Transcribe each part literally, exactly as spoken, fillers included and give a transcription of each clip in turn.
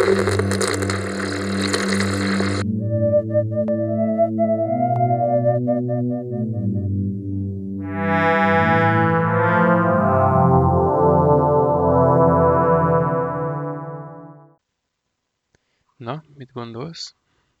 Na, mit gondolsz?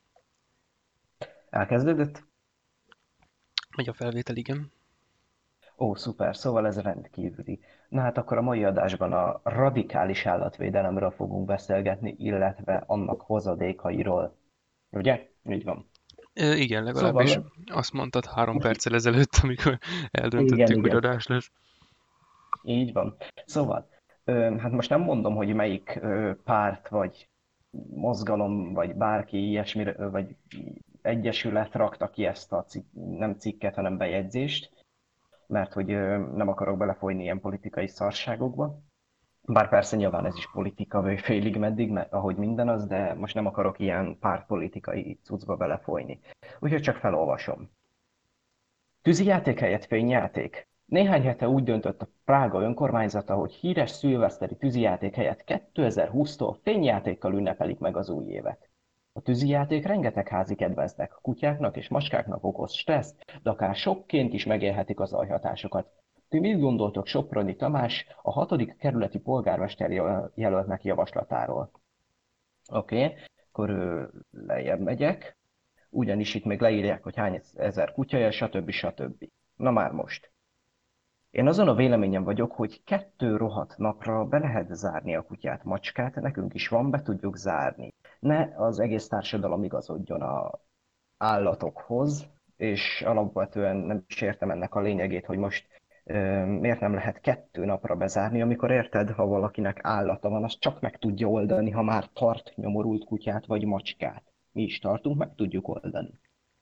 Elkezdődött? Megy a felvétel, igen. Ó, szuper, szóval ez rendkívüli. Na hát akkor a mai adásban a radikális állatvédelemről fogunk beszélgetni, illetve annak hozadékairól. Ugye? Így van. E, igen, legalábbis Szóval, azt mondtad három perccel ezelőtt, amikor igen, eldöntöttük, hogy igen, adás lesz. így van. Szóval, ö, hát most nem mondom, hogy melyik ö, párt, vagy mozgalom, vagy bárki ilyesmi, vagy egyesület rakta ki ezt a cik, nem cikket, hanem bejegyzést, mert hogy ö, nem akarok belefolyni ilyen politikai szarságokba. Bár persze nyilván ez is politika, vagy félig meddig, mert ahogy minden az, de most nem akarok ilyen pártpolitikai cuccba belefolyni. Úgyhogy csak felolvasom. Tűzijáték helyett fényjáték? Néhány hete úgy döntött a Prága önkormányzata, hogy híres szilveszteri tűzijáték helyett kétezer-húsztól fényjátékkal ünnepelik meg az új évet. A tűzijáték rengeteg házi kedvencnek, kutyáknak és macskáknak okoz stresszt, de akár sokként is megélhetik az zajhatásokat. Ti mit gondoltok Soproni Tamás, a hatodik kerületi polgármester jelöltnek javaslatáról? Oké, okay. Akkor ö, lejjebb megyek, ugyanis itt még leírják, hogy hány ezer kutya, stb. stb. Na már most. Én azon a véleményen vagyok, hogy kettő rohadt napra be lehet zárni a kutyát, macskát, nekünk is van, be tudjuk zárni. Ne az egész társadalom igazodjon a állatokhoz, és alapvetően nem is értem ennek a lényegét, hogy most ö, miért nem lehet kettő napra bezárni, amikor érted, ha valakinek állata van, azt csak meg tudja oldani, ha már tart nyomorult kutyát vagy macskát. Mi is tartunk, meg tudjuk oldani.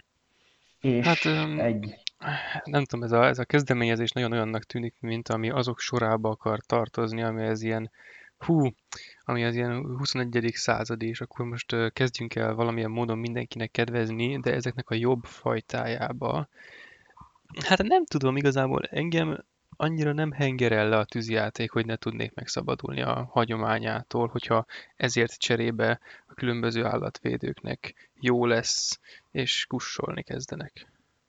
Hát És öm, egy, nem tudom, ez a, ez a kezdeményezés nagyon olyannak tűnik, mint ami azok sorába akar tartozni, ami ez ilyen, hú, ami az ilyen huszonegyedik századi, és akkor most ö, kezdjünk el valamilyen módon mindenkinek kedvezni, de ezeknek a jobb fajtájába. Hát nem tudom, igazából engem annyira nem hengerel le a tűzijáték, hogy ne tudnék megszabadulni a hagyományától, hogyha ezért cserébe a különböző állatvédőknek jó lesz, és kussolni kezdenek.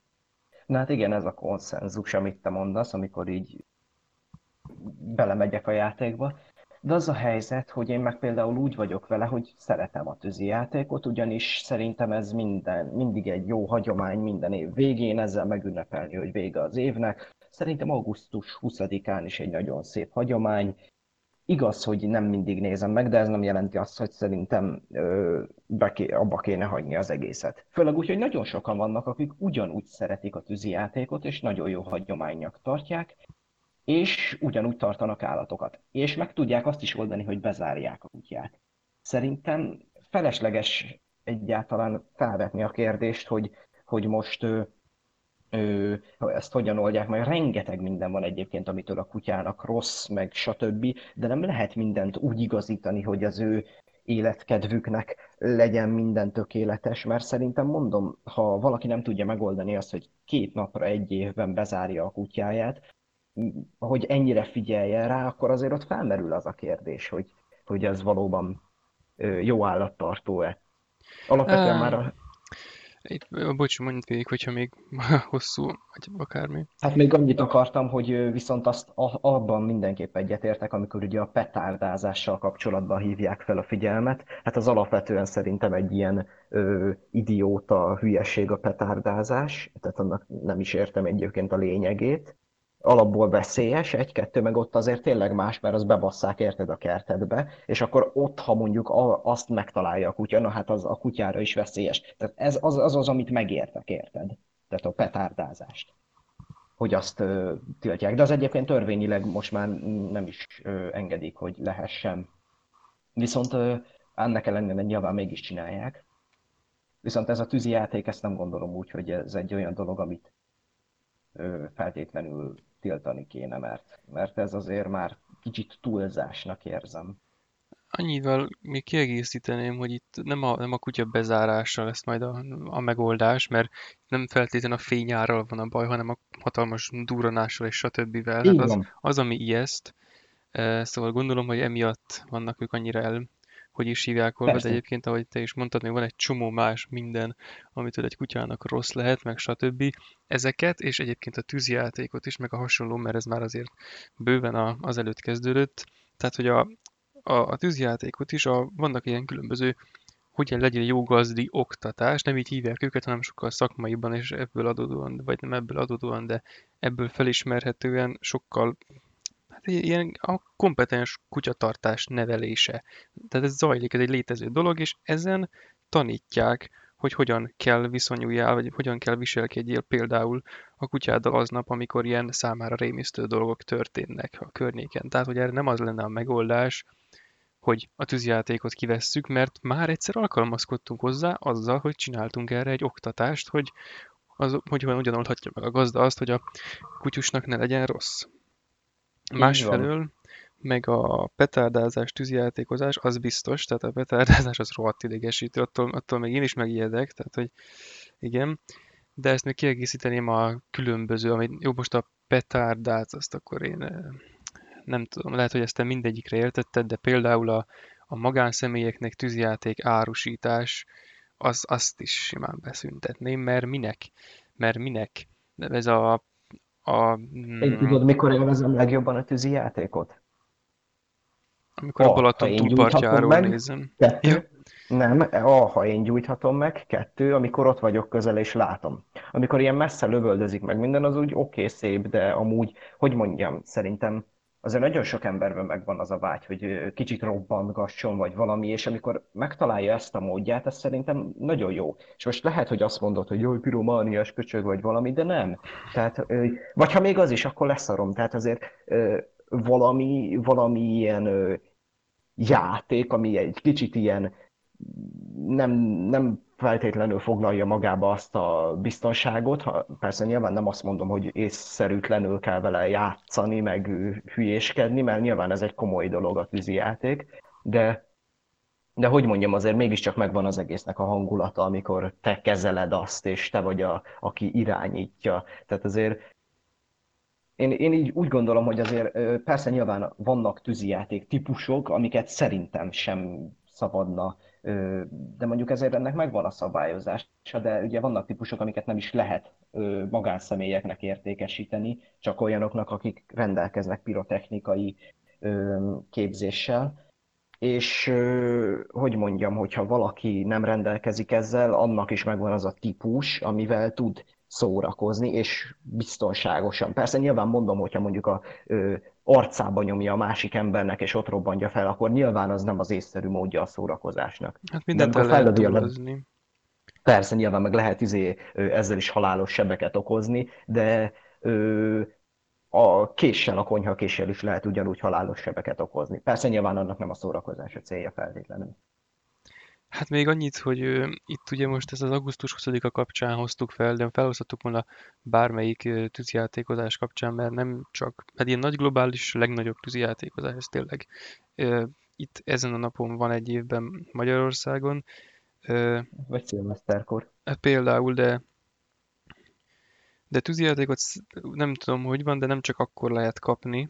na hát igen, ez a konszenzus, amit te mondasz, amikor így belemegyek a játékba. De az a helyzet, hogy én meg például úgy vagyok vele, hogy szeretem a tűzijátékot, ugyanis szerintem ez minden, mindig egy jó hagyomány minden év végén, ezzel megünnepelni, hogy vége az évnek. Szerintem augusztus huszadikán is egy nagyon szép hagyomány. Igaz, hogy nem mindig nézem meg, de ez nem jelenti azt, hogy szerintem ö, be ké, abba kéne hagyni az egészet. Főleg úgy, hogy nagyon sokan vannak, akik ugyanúgy szeretik a tűzijátékot, és nagyon jó hagyománynak tartják, és ugyanúgy tartanak állatokat. És meg tudják azt is oldani, hogy bezárják a kutyát. Szerintem felesleges egyáltalán felvetni a kérdést, hogy, hogy most ö, ö, ezt hogyan oldják meg. Rengeteg minden van egyébként, amitől a kutyának rossz, meg stb. De nem lehet mindent úgy igazítani, hogy az ő életkedvüknek legyen minden tökéletes, mert szerintem mondom, ha valaki nem tudja megoldani azt, hogy két napra egy évben bezárja a kutyáját, hogy ennyire figyeljen rá, akkor azért ott felmerül az a kérdés, hogy, hogy ez valóban ö, jó állattartó-e. Alapvetően már, Um, a, itt, bocs, mondjuk végig, hogyha még hosszú, vagy akármi. hát még annyit akartam, hogy ö, viszont azt a, abban mindenképp egyetértek, amikor ugye a petárdázással kapcsolatban hívják fel a figyelmet. Hát az alapvetően szerintem egy ilyen ö, idióta hülyeség a petárdázás, tehát annak nem is értem egyébként a lényegét. Alapból veszélyes, egy-kettő, meg ott azért tényleg más, mert az bebasszák, érted, a kertedbe, és akkor ott, ha mondjuk a, azt megtalálja a kutya, na hát az a kutyára is veszélyes. Tehát ez az az, az amit megértek, érted? Tehát a petárdázást, hogy azt ö, tiltják. De az egyébként törvényileg most már nem is ö, engedik, hogy lehessen. Viszont ö, ennek ellenére nyilván mégis csinálják. Viszont ez a tűzijáték, ezt nem gondolom úgy, hogy ez egy olyan dolog, amit ö, feltétlenül tiltani kéne, mert, mert ez azért már kicsit túlzásnak érzem. Annyival még kiegészíteném, hogy itt nem a, nem a kutya bezárása lesz majd a, a megoldás, mert nem feltétlenül a fényárral van a baj, hanem a hatalmas durranással és stb. Hát Így az, van. az, ami ijeszt, eh, szóval gondolom, hogy emiatt vannak ők annyira hogy is hívják olva, de Persze. egyébként, ahogy te is mondtad, még van egy csomó más minden, amitől egy kutyának rossz lehet, meg stb. Ezeket, és egyébként a tűzjátékot is, meg a hasonló, mert ez már azért bőven a, azelőtt kezdődött. Tehát, hogy a, a, a tűzjátékot is, a, vannak ilyen különböző hogyan legyen jó gazdi oktatás, nem így hívják őket, hanem sokkal szakmaiban, és ebből adódóan, vagy nem ebből adódóan, de ebből felismerhetően sokkal, hát egy ilyen a kompetens kutyatartás nevelése. Tehát ez zajlik, ez egy létező dolog, és ezen tanítják, hogy hogyan kell viszonyuljál, vagy hogyan kell viselkedjél például a kutyáddal aznap, amikor ilyen számára rémisztő dolgok történnek a környéken. Tehát, hogy erre nem az lenne a megoldás, hogy a tűzjátékot kivesszük, mert már egyszer alkalmazkodtunk hozzá azzal, hogy csináltunk erre egy oktatást, hogy, az, hogy hogyan oldhatja meg a gazda azt, hogy a kutyusnak ne legyen rossz. Így van. Másfelől meg a petárdázás, tűzjátékozás, az biztos, tehát a petárdázás az rohadt idegesítő, attól, attól még én is megijedek, tehát hogy igen, de ezt még kiegészíteném a különböző, amit jó, most a petárdát, azt akkor én eh, nem tudom, lehet, hogy ezt te mindegyikre értetted, de például a, a magánszemélyeknek tűzjáték árusítás, az, azt is simán beszüntetném, mert minek? Mert minek? Ez a, a Én mm, tudod, mikor élvezem legjobban a tűzi játékot? amikor A, a ha Balaton én gyújthatom túlpartjáról meg, nézem. Ja, kettő, nem, a, ha én gyújthatom meg, kettő, amikor ott vagyok közel és látom. Amikor ilyen messze lövöldözik meg minden, az úgy oké, okay, szép, de amúgy, hogy mondjam, szerintem azért nagyon sok emberben megvan az a vágy, hogy ö, kicsit robbantgasson, vagy valami, és amikor megtalálja ezt a módját, ez szerintem nagyon jó. És most lehet, hogy azt mondod, hogy jó, piromániás köcsög, vagy valami, de nem. Tehát, ö, vagy ha még az is, akkor leszarom. Tehát azért ö, valami, valami ilyen ö, játék, ami egy kicsit ilyen nem, nem feltétlenül foglalja magába azt a biztonságot. Ha, persze nyilván nem azt mondom, hogy észszerűtlenül kell vele játszani, meg hülyéskedni, mert nyilván ez egy komoly dolog a tűzijáték, de, de hogy mondjam, azért mégiscsak megvan az egésznek a hangulata, amikor te kezeled azt, és te vagy a, aki irányítja. Tehát azért én, én így úgy gondolom, hogy azért ö, persze nyilván vannak tűzijáték típusok, amiket szerintem sem szabadna, ö, de mondjuk ezért ennek megvan a szabályozása, de ugye vannak típusok, amiket nem is lehet ö, magánszemélyeknek értékesíteni, csak olyanoknak, akik rendelkeznek pirotechnikai ö, képzéssel. És ö, hogy mondjam, hogyha valaki nem rendelkezik ezzel, annak is megvan az a típus, amivel tud szórakozni, és biztonságosan. Persze nyilván mondom, hogyha mondjuk a ö, arcába nyomja a másik embernek, és ott robbantja fel, akkor nyilván az nem az észszerű módja a szórakozásnak. hát De mindent amikor el lehet fellövi a le... túlozni. Persze nyilván meg lehet izé, ö, ezzel is halálos sebeket okozni, de ö, a késsel, a konyhakéssel is lehet ugyanúgy halálos sebeket okozni. Persze nyilván annak nem a szórakozás a célja feltétlenül. Hát még annyit, hogy ö, itt ugye most ezt az augusztus huszadika kapcsán hoztuk fel, de felhozhattuk volna bármelyik ö, tűzijátékozás kapcsán, mert nem csak, hát ilyen nagy globális, legnagyobb tűzijátékozás, ez tényleg. Ö, itt ezen a napon van egy évben Magyarországon, ö, Vagy szilveszterkor. hát például, de, de tűzijátékot sz- nem tudom, hogy van, de nem csak akkor lehet kapni,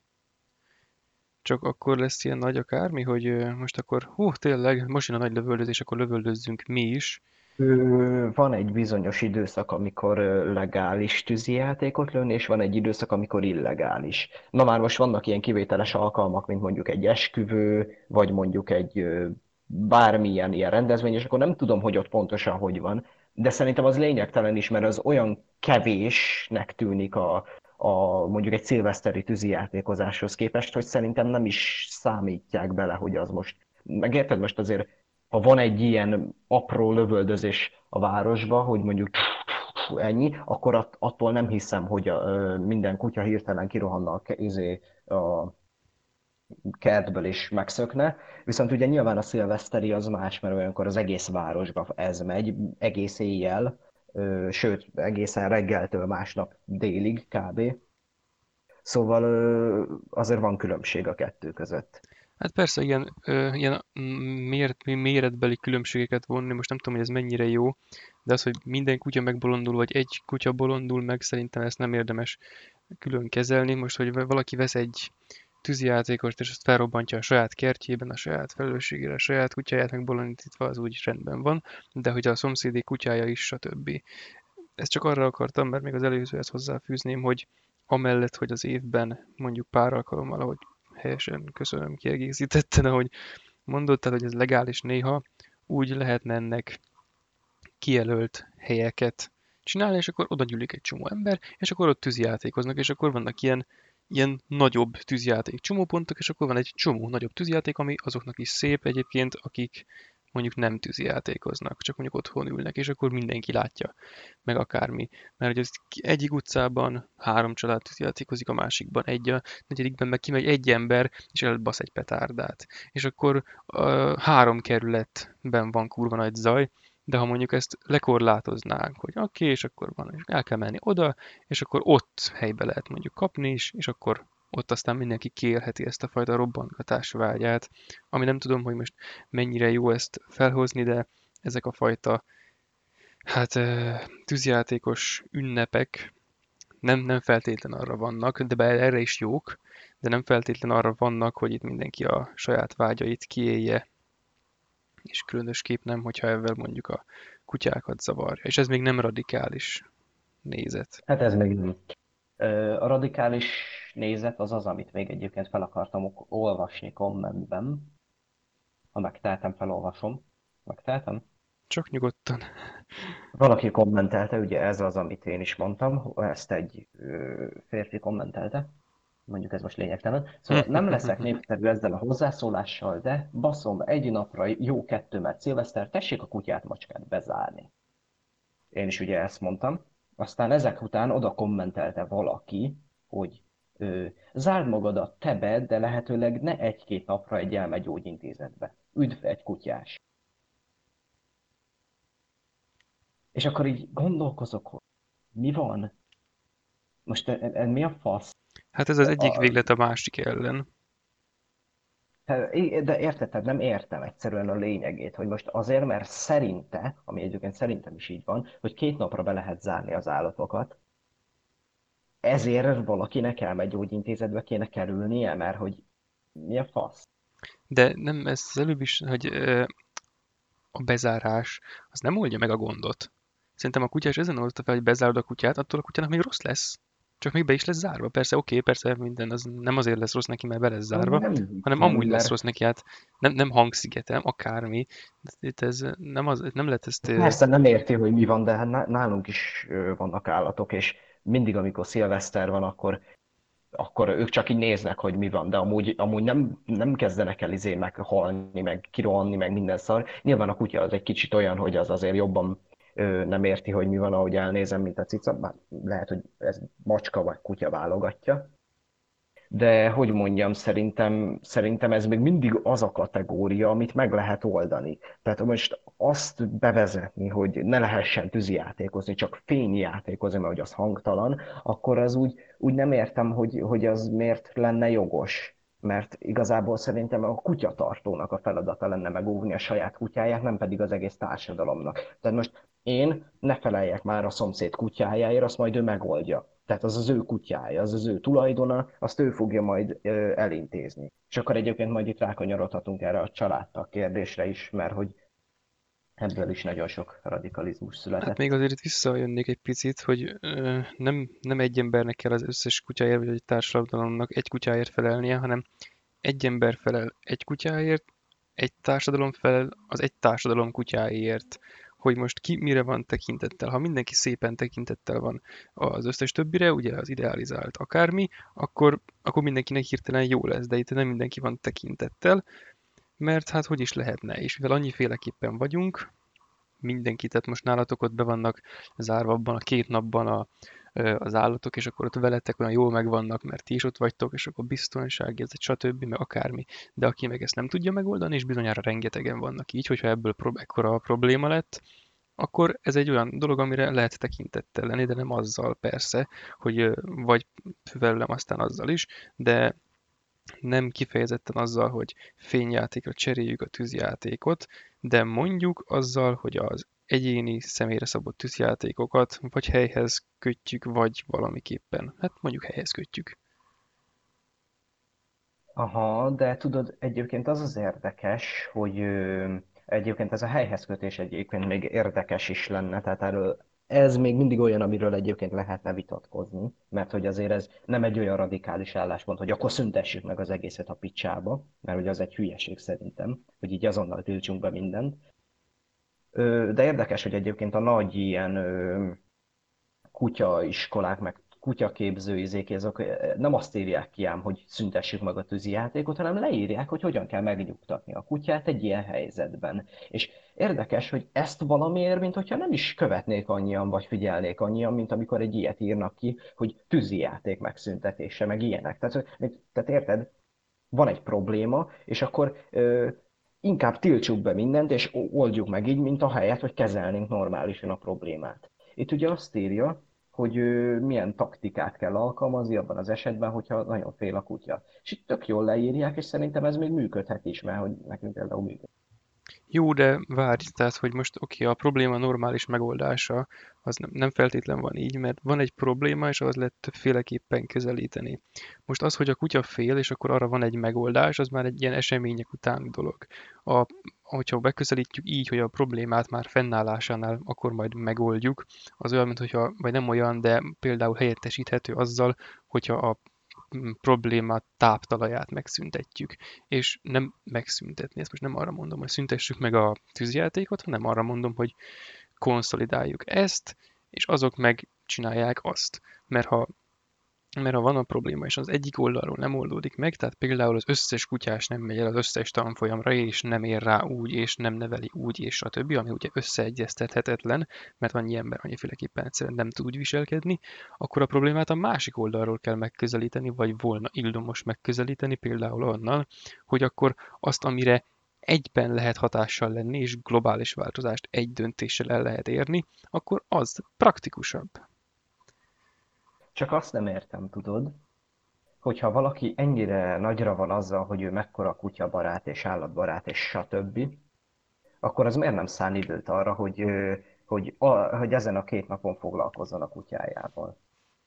csak akkor lesz ilyen nagy akármi, hogy ö, most akkor, hú, tényleg, most jön a nagy lövöldözés, akkor lövöldözzünk mi is. Ö, Van egy bizonyos időszak, amikor ö, legális tűzijátékot lőni, és van egy időszak, amikor illegális. Na már most vannak ilyen kivételes alkalmak, mint mondjuk egy esküvő, vagy mondjuk egy ö, bármilyen ilyen rendezvény, és akkor nem tudom, hogy ott pontosan hogy van, de szerintem az lényegtelen is, mert az olyan kevésnek tűnik a, a mondjuk egy szilveszteri tűzijátékozáshoz képest, hogy szerintem nem is számítják bele, hogy az most megérted most azért ha van egy ilyen apró lövöldözés a városba, hogy mondjuk ennyi, akkor att- attól nem hiszem, hogy a, ö, minden kutya hirtelen kirohanna a, ke- izé, a kertből és megszökne. Viszont ugye nyilván a szilveszteri az más, mert olyankor az egész városba ez megy, egész éjjel, ö, sőt, egészen reggeltől másnap délig kb. Szóval ö, azért van különbség a kettő között. Hát persze, ilyen, ö, ilyen mm, méret, méretbeli különbségeket vonni, most nem tudom, hogy ez mennyire jó, de az, hogy minden kutya megbolondul, vagy egy kutya bolondul meg, szerintem ezt nem érdemes külön kezelni. Most, hogy valaki vesz egy tűzijátékost, és azt felrobbantja a saját kertjében, a saját felelősségére, a saját kutyáját megbolondítva, az úgy rendben van, de hogy a szomszédé kutyája is, stb. Ezt csak arra akartam, mert még az előzőhez hozzáfűzném, hogy amellett, hogy az évben mondjuk pár alkalommal, ahogy helyesen köszönöm, kiegészítetten, ahogy mondod, tehát, hogy ez legális néha, úgy lehetne ennek kijelölt helyeket csinálni, és akkor oda gyűlik egy csomó ember, és akkor ott tűzijátékoznak, és akkor vannak ilyen, ilyen nagyobb tűzijáték csomópontok, és akkor van egy csomó nagyobb tűzijáték, ami azoknak is szép egyébként, akik mondjuk nem tűzijátékoznak, csak mondjuk otthon ülnek, és akkor mindenki látja, meg akármi. Mert hogy az egyik utcában három család tűzijátékozik, a másikban egy, a negyedikben meg kimegy egy ember, és elbasz egy petárdát. És akkor uh, három kerületben van kurva nagy zaj, de ha mondjuk ezt lekorlátoznánk, hogy oké, okay, és akkor van, és el kell menni oda, és akkor ott helybe lehet mondjuk kapni is, és akkor ott aztán mindenki kiélheti ezt a fajta robbantgatás vágyát, ami nem tudom, hogy most mennyire jó ezt felhozni, de ezek a fajta hát tűzjátékos ünnepek nem, nem feltétlen arra vannak, de bár erre is jók, de nem feltétlen arra vannak, hogy itt mindenki a saját vágyait kiélje, és különösképp nem, hogyha ezzel mondjuk a kutyákat zavarja. És ez még nem radikális nézet. Hát ez még nem. Ö, A radikális nézet az az, amit még egyébként fel akartam ok- olvasni kommentben. Ha megtehetem, felolvasom. Megtehetem? Csak nyugodtan. Valaki kommentelte, ugye ez az, amit én is mondtam, ezt egy ö, férfi kommentelte, mondjuk ez most lényegtelen. Szóval nem leszek népszerű ezzel a hozzászólással, de baszom, egy napra jó kettő, mert szilveszter, tessék a kutyát, macskát bezárni. Én is ugye ezt mondtam. Aztán ezek után oda kommentelte valaki, hogy ö, zárd magadat, te be, de lehetőleg ne egy-két napra egy elmegyógyintézetbe. Üdv egy kutyás. És akkor így gondolkozok, hogy mi van? Most ez, ez mi a fasz? Hát ez az egyik A, véglet a másik ellen. hát, é- de érted, tehát nem értem egyszerűen a lényegét, hogy most azért, mert szerinte, ami egyébként szerintem is így van, hogy két napra be lehet zárni az állatokat, ezért valakinek elmegyógyintézetbe kéne kerülnie, mert hogy mi a fasz? De nem, ez az előbb is, hogy ö, a bezárás, az nem oldja meg a gondot. Szerintem a kutyás ezen oldta fel, hogy bezárod a kutyát, attól a kutyának még rossz lesz. Csak még be is lesz zárva. Persze, oké, persze minden, az nem azért lesz rossz neki, mert be lesz zárva, Nem hanem hiszem, amúgy lesz mert rossz neki, hát nem, nem hangsziget, nem akármi. Itt ez nem, az, nem lehet ezt... ö, persze nem érti, hogy mi van, de hát ná- nálunk is ö, vannak állatok, és mindig, amikor szilveszter van, akkor akkor ők csak így néznek, hogy mi van, de amúgy, amúgy nem, nem kezdenek el izé meghalni, meg kirohanni, meg minden szar. Nyilván a kutya az egy kicsit olyan, hogy az azért jobban ö, nem érti, hogy mi van, ahogy elnézem, mint a cica. Bár lehet, hogy ez macska vagy kutya válogatja. De hogy mondjam, szerintem, szerintem ez még mindig az a kategória, amit meg lehet oldani. Tehát most azt bevezetni, hogy ne lehessen tűzijátékozni, csak fényjátékozni, mert hogy az hangtalan, akkor az úgy, úgy nem értem, hogy, hogy az miért lenne jogos. Mert igazából szerintem a kutyatartónak a feladata lenne megóvni a saját kutyáját, nem pedig az egész társadalomnak. Tehát most én ne feleljek már a szomszéd kutyájáért, azt majd ő megoldja. Tehát az az ő kutyája, az az ő tulajdona, azt ő fogja majd ö, elintézni. És akkor egyébként majd itt rákanyarodhatunk erre a családtag kérdésre is, mert hogy ebből is nagyon sok radikalizmus Hát még született. azért itt visszajönnék egy picit, hogy ö, nem, nem egy embernek kell az összes kutyáért, vagy egy társadalomnak egy kutyáért felelnie, hanem egy ember felel egy kutyáért, egy társadalom felel az egy társadalom kutyáért, hogy most ki mire van tekintettel. Ha mindenki szépen tekintettel van az összes többire, ugye az idealizált akármi, akkor, akkor mindenkinek hirtelen jó lesz, de itt nem mindenki van tekintettel, mert hát hogy is lehetne, és mivel annyiféleképpen vagyunk, mindenki, tehát most nálatok ott be vannak zárva abban a két napban a, az állatok, és akkor ott veletek olyan jól megvannak, mert ti is ott vagytok, és akkor biztonság, ez egy stb., meg akármi. De aki meg ezt nem tudja megoldani, és bizonyára rengetegen vannak így, hogyha ebből pro- ekkora a probléma lett, akkor ez egy olyan dolog, amire lehet tekintettel lenni, de nem azzal persze, hogy ö, vagy velem aztán azzal is, de nem kifejezetten azzal, hogy fényjátékra cseréljük a tűzjátékot, de mondjuk azzal, hogy az egyéni személyre szabott tűzjátékokat vagy helyhez kötjük, vagy valamiképpen. Hát mondjuk helyhez kötjük. Aha, de tudod, egyébként az az érdekes, hogy ö, egyébként ez a helyhez kötés egyébként még érdekes is lenne, tehát erről ez még mindig olyan, amiről egyébként lehetne vitatkozni, mert hogy azért ez nem egy olyan radikális álláspont, hogy akkor szüntessük meg az egészet a picsába, mert hogy az egy hülyeség szerintem, hogy így azonnal tiltsunk be mindent. Ö, de érdekes, hogy egyébként a nagy ilyen ö, kutyaiskolák, meg kutyaképző izék, azok eh, nem azt írják ki ám, hogy szüntessük meg a tűzijátékot, hanem leírják, hogy hogyan kell megnyugtatni a kutyát egy ilyen helyzetben. És érdekes, hogy ezt valamiért, mint hogyha nem is követnék annyian, vagy figyelnék annyian, mint amikor egy ilyet írnak ki, hogy tűzijáték megszüntetése, meg ilyenek. Tehát, hogy- mint- tehát érted? Van egy probléma, és akkor ö, inkább tiltsuk be mindent, és o- oldjuk meg így, mint ahelyett, hogy kezelnénk normálisan a problémát. Itt ugye azt írja, hogy ö, milyen taktikát kell alkalmazni abban az esetben, hogyha nagyon fél a kutya. És itt tök jól leírják, és szerintem ez még működhet is, mert hogy nekünk például működik. Jó, de várj, tehát, hogy most oké, okay, a probléma normális megoldása, az nem, nem feltétlen van így, mert van egy probléma, és az lehet többféleképpen közelíteni. Most az, hogy a kutya fél, és akkor arra van egy megoldás, az már egy ilyen események utáni dolog. A, hogyha megközelítjük így, hogy a problémát már fennállásánál akkor majd megoldjuk, az olyan, mint hogyha, vagy nem olyan, de például helyettesíthető azzal, hogyha a mm, probléma táptalaját megszüntetjük. És nem megszüntetni, ezt most nem arra mondom, hogy szüntessük meg a tűzjátékot, hanem arra mondom, hogy konszolidáljuk ezt, és azok meg csinálják azt. Mert ha mert ha van a probléma, és az egyik oldalról nem oldódik meg, tehát például az összes kutyás nem megy el az összes tanfolyamra, és nem ér rá úgy, és nem neveli úgy, és a többi, ami ugye összeegyeztethetetlen, mert annyi ember annyiféleképpen egyszerűen nem tud úgy viselkedni, akkor a problémát a másik oldalról kell megközelíteni, vagy volna ildomos megközelíteni, például annal, hogy akkor azt, amire egyben lehet hatással lenni, és globális változást egy döntéssel el lehet érni, akkor az praktikusabb. Csak azt nem értem, tudod, hogyha valaki ennyire nagyra van azzal, hogy ő mekkora kutyabarát és állatbarát és stb., akkor az miért nem szán időt arra, hogy, ö, hogy, a, hogy ezen a két napon foglalkozzon a kutyájával?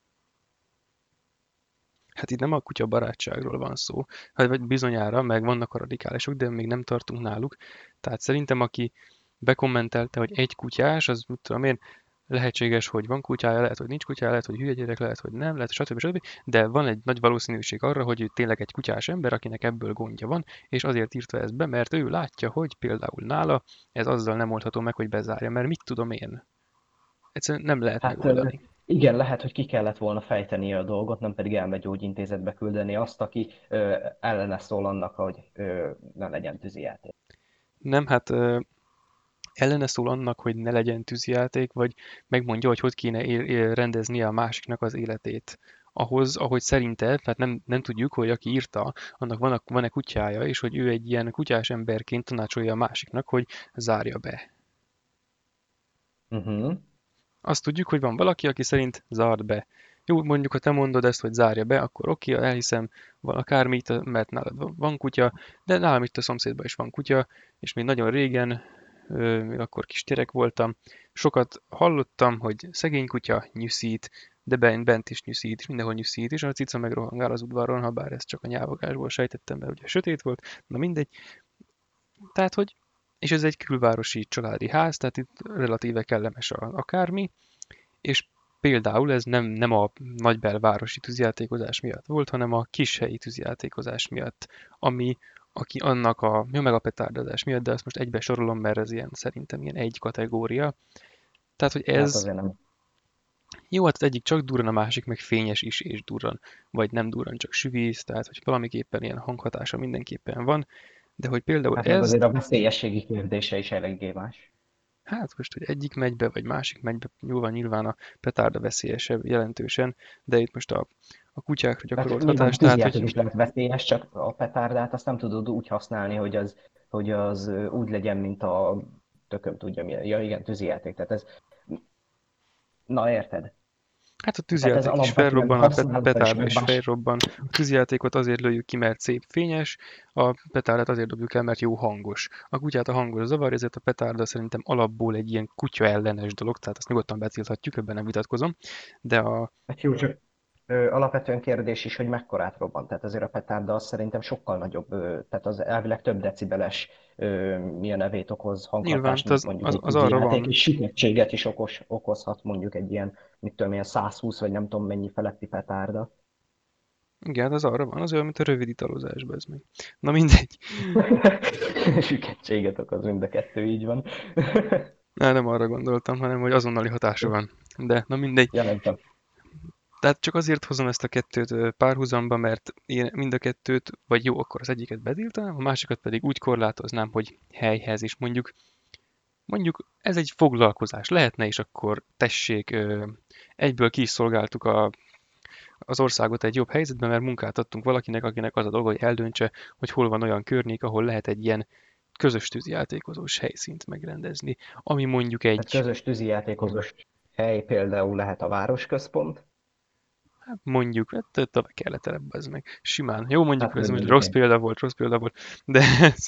Hát itt nem a kutya barátságról van szó, hát vagy bizonyára, meg vannak a radikálisok, de még nem tartunk náluk. Tehát szerintem, aki bekommentelte, hogy egy kutyás, az mit tudom én, lehetséges, hogy van kutyája, lehet, hogy nincs kutyája, lehet, hogy hülye gyerek, lehet, hogy nem, lehet, stb. stb. De van egy nagy valószínűség arra, hogy ő tényleg egy kutyás ember, akinek ebből gondja van, és azért írta ezt be, mert ő látja, hogy például nála ez azzal nem oldható meg, hogy bezárja, mert mit tudom én. Egyszerűen nem lehet Hát ö, megoldani. igen, lehet, hogy ki kellett volna fejteni a dolgot, nem pedig elmegyógyintézetbe küldeni azt, aki ö, ellene szól annak, hogy ö, ne legyen tűzijáték. Nem, hát ellene szól annak, hogy ne legyen tűzijáték, vagy megmondja, hogy hogy kéne él, él, rendeznie a másiknak az életét. Ahhoz, ahogy szerinte, tehát nem, nem tudjuk, hogy aki írta, annak van, van-e kutyája, és hogy ő egy ilyen kutyás emberként tanácsolja a másiknak, hogy zárja be. Uh-huh. Azt tudjuk, hogy van valaki, aki szerint zárd be. Jó, mondjuk, ha te mondod ezt, hogy zárja be, akkor oké, elhiszem, van akármit, mert nálad van kutya, de nálam itt a szomszédban is van kutya, és még nagyon régen, még akkor kis gyerek voltam, sokat hallottam, hogy szegény kutya nyűszít, de bent, bent is nyűszít, és mindenhol nyűszít, és a cica meg rohangál az udvaron, ha bár ezt csak a nyávogásból sejtettem, mert ugye sötét volt, na mindegy. Tehát, hogy és ez egy külvárosi családi ház, tehát itt relatíve kellemes a, akármi, és például ez nem, nem a nagybelvárosi tűzjátékozás miatt volt, hanem a kishelyi tűzjátékozás miatt, ami aki annak a, jó meg a petárdozás miatt, de azt most egybe sorolom, mert ez ilyen, szerintem ilyen egy kategória. Tehát, hogy Hát ez, azért nem. jó, hát az egyik csak durran, a másik meg fényes is és durran, vagy nem durran, csak süvíz, tehát, hogy valamiképpen ilyen hanghatása mindenképpen van, de hogy például Hát meg ez, azért a veszélyességi kérdése is eléggé más. hát most, hogy egyik megy be, vagy másik megy be, nyilván, nyilván a petárda veszélyesebb jelentősen, de itt most a, a kutyákra Hát gyakorolt nyilván a hatás, tehát, tűzijáték hogy is lehet veszélyes, csak a petárdát azt nem tudod úgy használni, hogy az, hogy az ö, úgy legyen, mint a tököm tudja milyen. Ja igen, tűzijáték. Tehát ez, na érted? hát a Tehát ez tűzjáték is alapvetően felrobban, a pet- használata is petárda meg is más. felrobban. A tűzjátékot azért lőjük ki, mert szép fényes, a petárdát azért dobjuk el, mert jó hangos. A kutyát a hangos zavar, ezért a petárda szerintem alapból egy ilyen kutya ellenes dolog, tehát azt nyugodtan betilthatjuk, ebben nem vitatkozom, de a, Hát jó, csak Ö, alapvetően kérdés is, hogy mekkorát robban. Tehát azért a petárda az szerintem sokkal nagyobb, ö, tehát az elvileg több decibeles ö, mi a nevét okoz Nyilván, hanghatást, hát mint az, mondjuk az, egy az arra tűzijáték, van. és sükettséget is okos, okozhat mondjuk egy ilyen, mit tudom, ilyen száz húsz vagy nem tudom mennyi feletti petárda. Igen, hát az arra van, az olyan, mint a rövid italozásban, ez meg. Na mindegy. Sükettséget okoz mind a kettő, így van. Á, nem arra gondoltam, hanem hogy azonnali hatása van. De, na mindegy. Ja, nem tudom. Tehát csak azért hozom ezt a kettőt ö, párhuzamba, mert én mind a kettőt, vagy jó, akkor az egyiket betiltanám, a másikat pedig úgy korlátoznám, hogy helyhez is mondjuk. Mondjuk ez egy foglalkozás lehetne, és akkor tessék, ö, egyből ki is szolgáltuk a, az országot egy jobb helyzetbe, mert munkát adtunk valakinek, akinek az a dolga, hogy eldöntse, hogy hol van olyan környék, ahol lehet egy ilyen közös tűzijátékozós helyszínt megrendezni, ami mondjuk Tehát egy, közös tűzijátékozós hely például lehet a városközpont. hát mondjuk, hát tovább kelletelebb ez meg, simán. Jó, mondjuk, Hát ez most mondjuk rossz én. példa volt, rossz példa volt, de ez,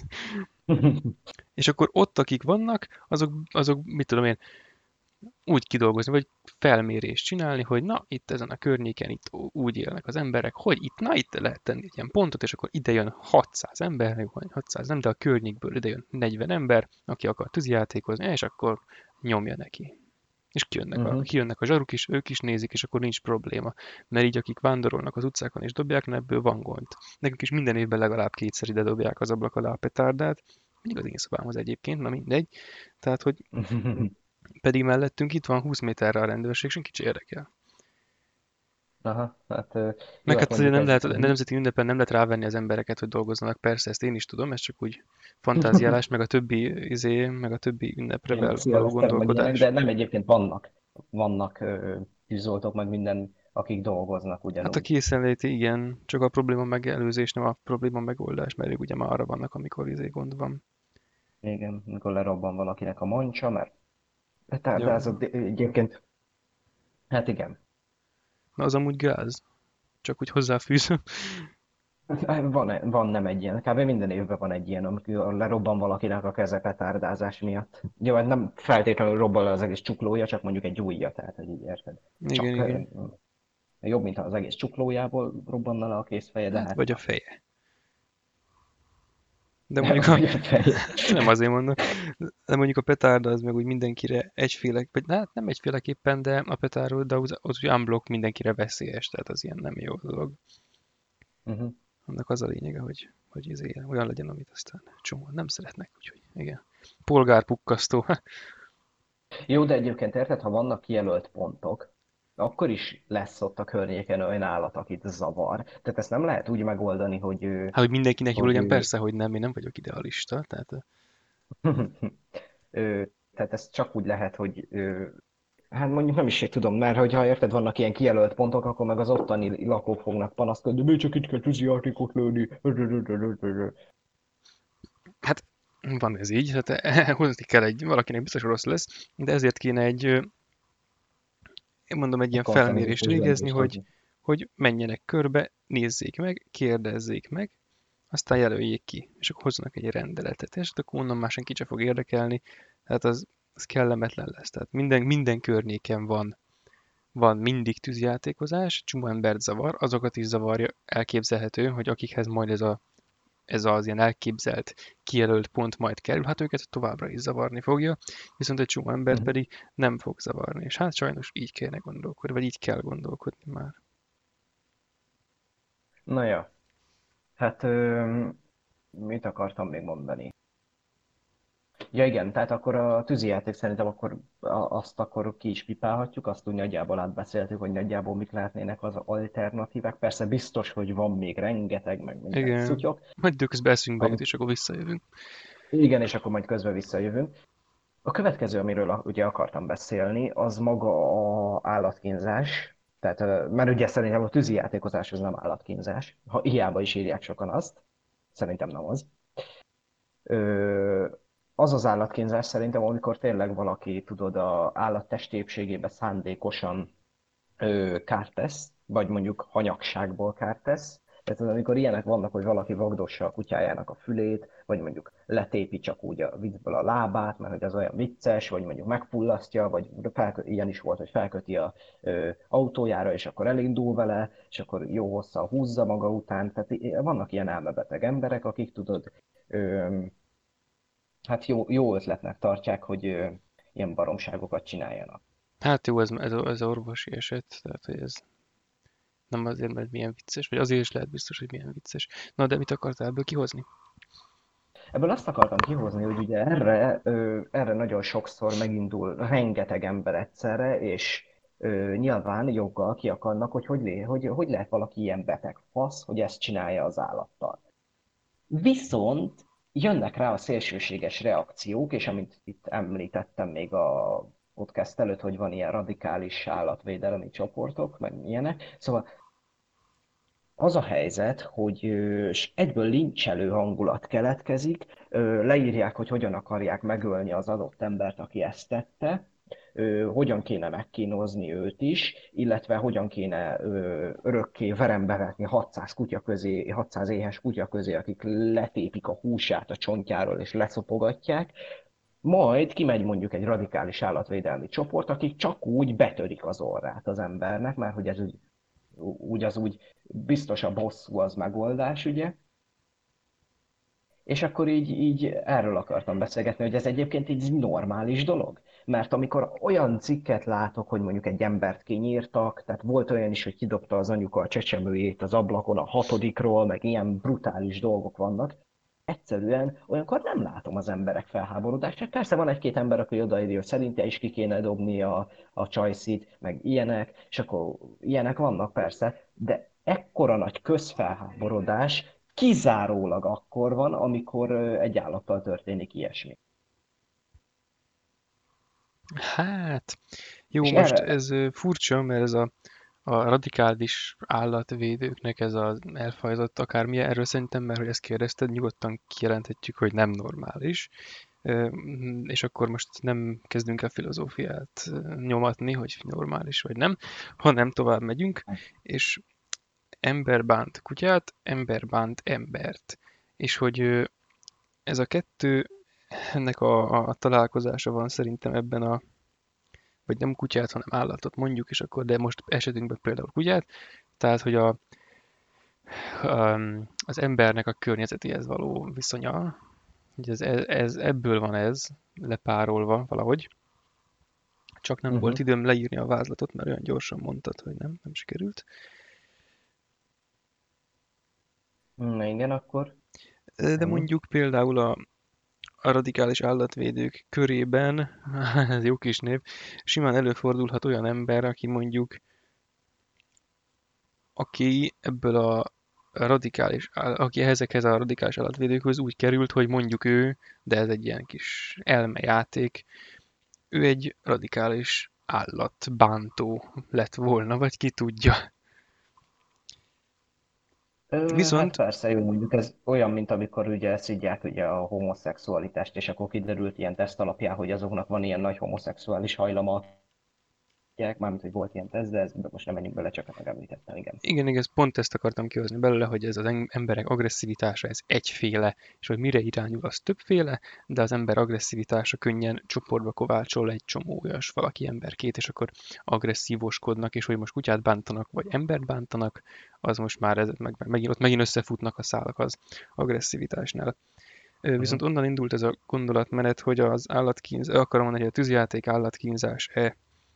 és akkor ott, akik vannak, azok, azok, mit tudom én, úgy kidolgozni, vagy felmérést csinálni, hogy na, itt ezen a környéken itt úgy élnek az emberek, hogy itt, na, itt lehet tenni egy ilyen pontot, és akkor ide jön hatszáz ember, jó, hatszáz nem, de a környékből ide jön negyven ember, aki akar tűzijátékozni, és akkor nyomja neki. És kijönnek a, Uh-huh. kijönnek a zsaruk is, ők is nézik, és akkor nincs probléma. Mert így akik vándorolnak az utcákon és dobják, ebből van gond. Nekünk is minden évben legalább kétszer ide dobják az ablak alá a petárdát, mindig az én szobámhoz egyébként, na mindegy. Tehát, hogy pedig mellettünk itt van húsz méterre a rendőrség, senkit se érdekel. Aha, hát ö, jó, Meg hát hát azért mondjuk nem ez, lehet, a ez így. nemzeti ünnepen nem lehet rávenni az embereket, hogy dolgozzanak. Persze, ezt én is tudom, ez csak úgy fantáziálás, meg a többi izé, meg a többi ünnepre Tényleg vel- való szilveszter vagy ilyenek, gondolkodás. de nem egyébként vannak, vannak ö, tűzoltók, meg minden, akik dolgoznak Hát a ugyanúgy. készenléti, igen, csak a probléma megelőzés, nem a probléma megoldás, mert ők ugye már arra vannak, amikor izé gond van. Igen, mikor lerobban valakinek a mancsa, mert Ja. petárdázott egyébként. Hát igen. Na az amúgy gáz, csak úgy hozzáfűzöm. Van, van nem egy ilyen, kb. Minden évben van egy ilyen, amikor lerobban valakinek a keze petárdázás miatt. Jó, hát nem feltétlenül robban le az egész csuklója, csak mondjuk egy ujja, tehát hogy így érted. Igen, Csak ö, igen. jobb, mint ha az egész csuklójából robbanna le a kézfeje, de Hát hát vagy a na. feje. De mondjuk a... Vagy a feje. Nem azért mondom. De mondjuk a petárda az meg úgy mindenkire egyféle, vagy hát nem egyféleképpen, de a petárda az, az úgy unblock mindenkire veszélyes, tehát az ilyen nem jó dolog. Uh-huh. Annak az a lényege, hogy, hogy izé, olyan legyen, amit aztán csomóan nem szeretnek, úgyhogy igen. Polgárpukkasztó. Jó, de egyébként érted, ha vannak kijelölt pontok, akkor is lesz ott a környéken olyan állat, akit zavar. Tehát ezt nem lehet úgy megoldani, hogy, ö, Hát, hogy mindenkinek jó hogy legyen, ö, persze, hogy nem, én nem vagyok idealista, tehát ö, tehát ez csak úgy lehet, hogy ö, hát mondjuk nem is tudom, mert hogyha érted, vannak ilyen kijelölt pontok, akkor meg az ottani lakók fognak panaszkodni, mi csak itt kell tűzijátékot lőni. hát van ez így, tehát hozni kell egy, valakinek biztos rossz lesz, de ezért kéne egy, ö, én mondom, egy Egy ilyen felmérést konszenzusos végezni, döntést hogy, hozni. hogy menjenek körbe, nézzék meg, kérdezzék meg, aztán jelöljék ki, és akkor hozzanak egy rendeletet, és akkor onnan már senki sem fog érdekelni, tehát az, az kellemetlen lesz. Tehát minden, minden környéken van, van mindig tűzjátékozás, csomó embert zavar, azokat is zavarja, elképzelhető, hogy akikhez majd ez, a, ez az ilyen elképzelt, kijelölt pont majd kerül, hát őket továbbra is zavarni fogja, viszont egy csomó embert Uh-huh. pedig nem fog zavarni. És hát sajnos így kéne gondolkodni, vagy így kell gondolkodni már. Na ja, hát ö, mit akartam még mondani? Ja igen, tehát akkor a tűzijáték szerintem akkor a- azt akkor ki is pipálhatjuk, azt úgy nagyjából átbeszéltük, hogy nagyjából mik lehetnének az alternatívák. Persze biztos, hogy van még rengeteg, meg minden Igen, szutyok. majd időközben eszünkbe jut, Am- és akkor visszajövünk. igen, és akkor majd közben visszajövünk. A következő, amiről a- ugye akartam beszélni, az maga a állatkínzás. Tehát, ö, mert ugye szerintem a tűzijátékozás az nem állatkínzás. Ha hiába is írják sokan azt, szerintem nem az. Ö, az az állatkínzás szerintem, amikor tényleg valaki, tudod, a állat testi épségébe szándékosan ö, kárt tesz, vagy mondjuk hanyagságból kárt tesz, Tehát az, amikor ilyenek vannak, hogy valaki vagdossa a kutyájának a fülét, vagy mondjuk letépi csak úgy a viccből a lábát, mert hogy az olyan vicces, vagy mondjuk megfullasztja, vagy felkö- ilyen is volt, hogy felköti a ö, autójára, és akkor elindul vele, és akkor jó hosszan húzza maga után. Tehát i- vannak ilyen elmebeteg emberek, akik tudod, ö, hát jó, jó ötletnek tartják, hogy ö, ilyen baromságokat csináljanak. Hát jó, ez, ez, ez orvosi eset, tehát hogy ez nem azért, mert milyen vicces, vagy azért is lehet biztos, hogy milyen vicces. Na, de mit akartál ebből kihozni? Ebből azt akartam kihozni, hogy ugye erre, ö, erre nagyon sokszor megindul rengeteg ember egyszerre, és ö, nyilván joggal ki akarnak, hogy hogy, lé, hogy hogy lehet valaki ilyen beteg fasz, hogy ezt csinálja az állattal. Viszont jönnek rá a szélsőséges reakciók, és amit itt említettem még a podcast előtt, hogy van ilyen radikális állatvédelmi csoportok, meg ilyenek. Szóval az a helyzet, hogy ö, s egyből lincselő hangulat keletkezik, ö, leírják, hogy hogyan akarják megölni az adott embert, aki ezt tette, ö, hogyan kéne megkínozni őt is, illetve hogyan kéne ö, örökké verembe vetni hatszáz kutya közé, hatszáz éhes kutya közé, akik letépik a húsát a csontjáról és leszopogatják. Majd kimegy mondjuk egy radikális állatvédelmi csoport, akik csak úgy betörik az orrát az embernek, mert hogy ez úgy úgy az úgy biztos a bosszú az megoldás, ugye? És akkor így, így erről akartam beszélgetni, hogy ez egyébként így normális dolog. Mert amikor olyan cikket látok, hogy mondjuk egy embert kinyírtak, tehát volt olyan is, hogy kidobta az anyuka a csecsemőjét az ablakon a hatodikról, meg ilyen brutális dolgok vannak, egyszerűen olyankor nem látom az emberek felháborodását. Persze van egy-két ember, aki odaírja, hogy szerinte is ki kéne dobni a, a csajszit, meg ilyenek, és akkor ilyenek vannak persze, de ekkora nagy közfelháborodás kizárólag akkor van, amikor ö, egy állattal történik ilyesmi. Hát, jó, És most erre, ez ö, furcsa, mert ez a, a radikális állatvédőknek ez az elfajzott akármilyen, erről szerintem, mert hogy ezt kérdezted, nyugodtan kijelenthetjük, hogy nem normális. Ö, mm, És akkor most nem kezdünk el filozófiát ö, nyomatni, hogy normális vagy nem, hanem tovább megyünk, és ember bánt kutyát, ember bánt embert. És hogy ö, ez a kettő, ennek a, a találkozása van szerintem ebben a, vagy nem kutyát, hanem állatot mondjuk, és akkor, de most esetünkben például kutyát, tehát, hogy a, um, az embernek a környezetihez való viszonya, hogy ez, ez, ebből van ez lepárolva valahogy, csak nem volt uh-huh. időm leírni a vázlatot, mert olyan gyorsan mondtad, hogy nem, nem sikerült. Na igen, akkor De ennyi. mondjuk például a, a radikális állatvédők körében, ez jó kis név, simán előfordulhat olyan ember, aki mondjuk, aki ebből a radikális, aki ezekhez a radikális állatvédőkhöz úgy került, hogy mondjuk ő, de ez egy ilyen kis elmejáték, ő egy radikális állatbántó lett volna, vagy ki tudja. Ö, hát Viszont persze, jó, mondjuk ez olyan, mint amikor ugye szidják ugye a homoszexualitást, és akkor kiderült ilyen teszt alapján, hogy azoknak van ilyen nagy homoszexuális hajlama, mármint, hogy volt ilyen teszt, de ez, most nem menjünk bele, csak megemlítettem, igen. igen, igaz, pont ezt akartam kihozni belőle, hogy ez az emberek agresszivitása, ez egyféle, és hogy mire irányul, az többféle, de az ember agresszivitása könnyen csoportba kovácsol egy csomó olyas valaki emberkét, és akkor agresszívoskodnak, és hogy most kutyát bántanak, vagy embert bántanak, az most már ez, meg, meg, megint, ott megint összefutnak a szálak az agresszivitásnál. Uh-huh. Viszont onnan indult ez a gondolatmenet, hogy az állatkínzás, akarom mondani, hogy a tűzjáték állatkínzás-e.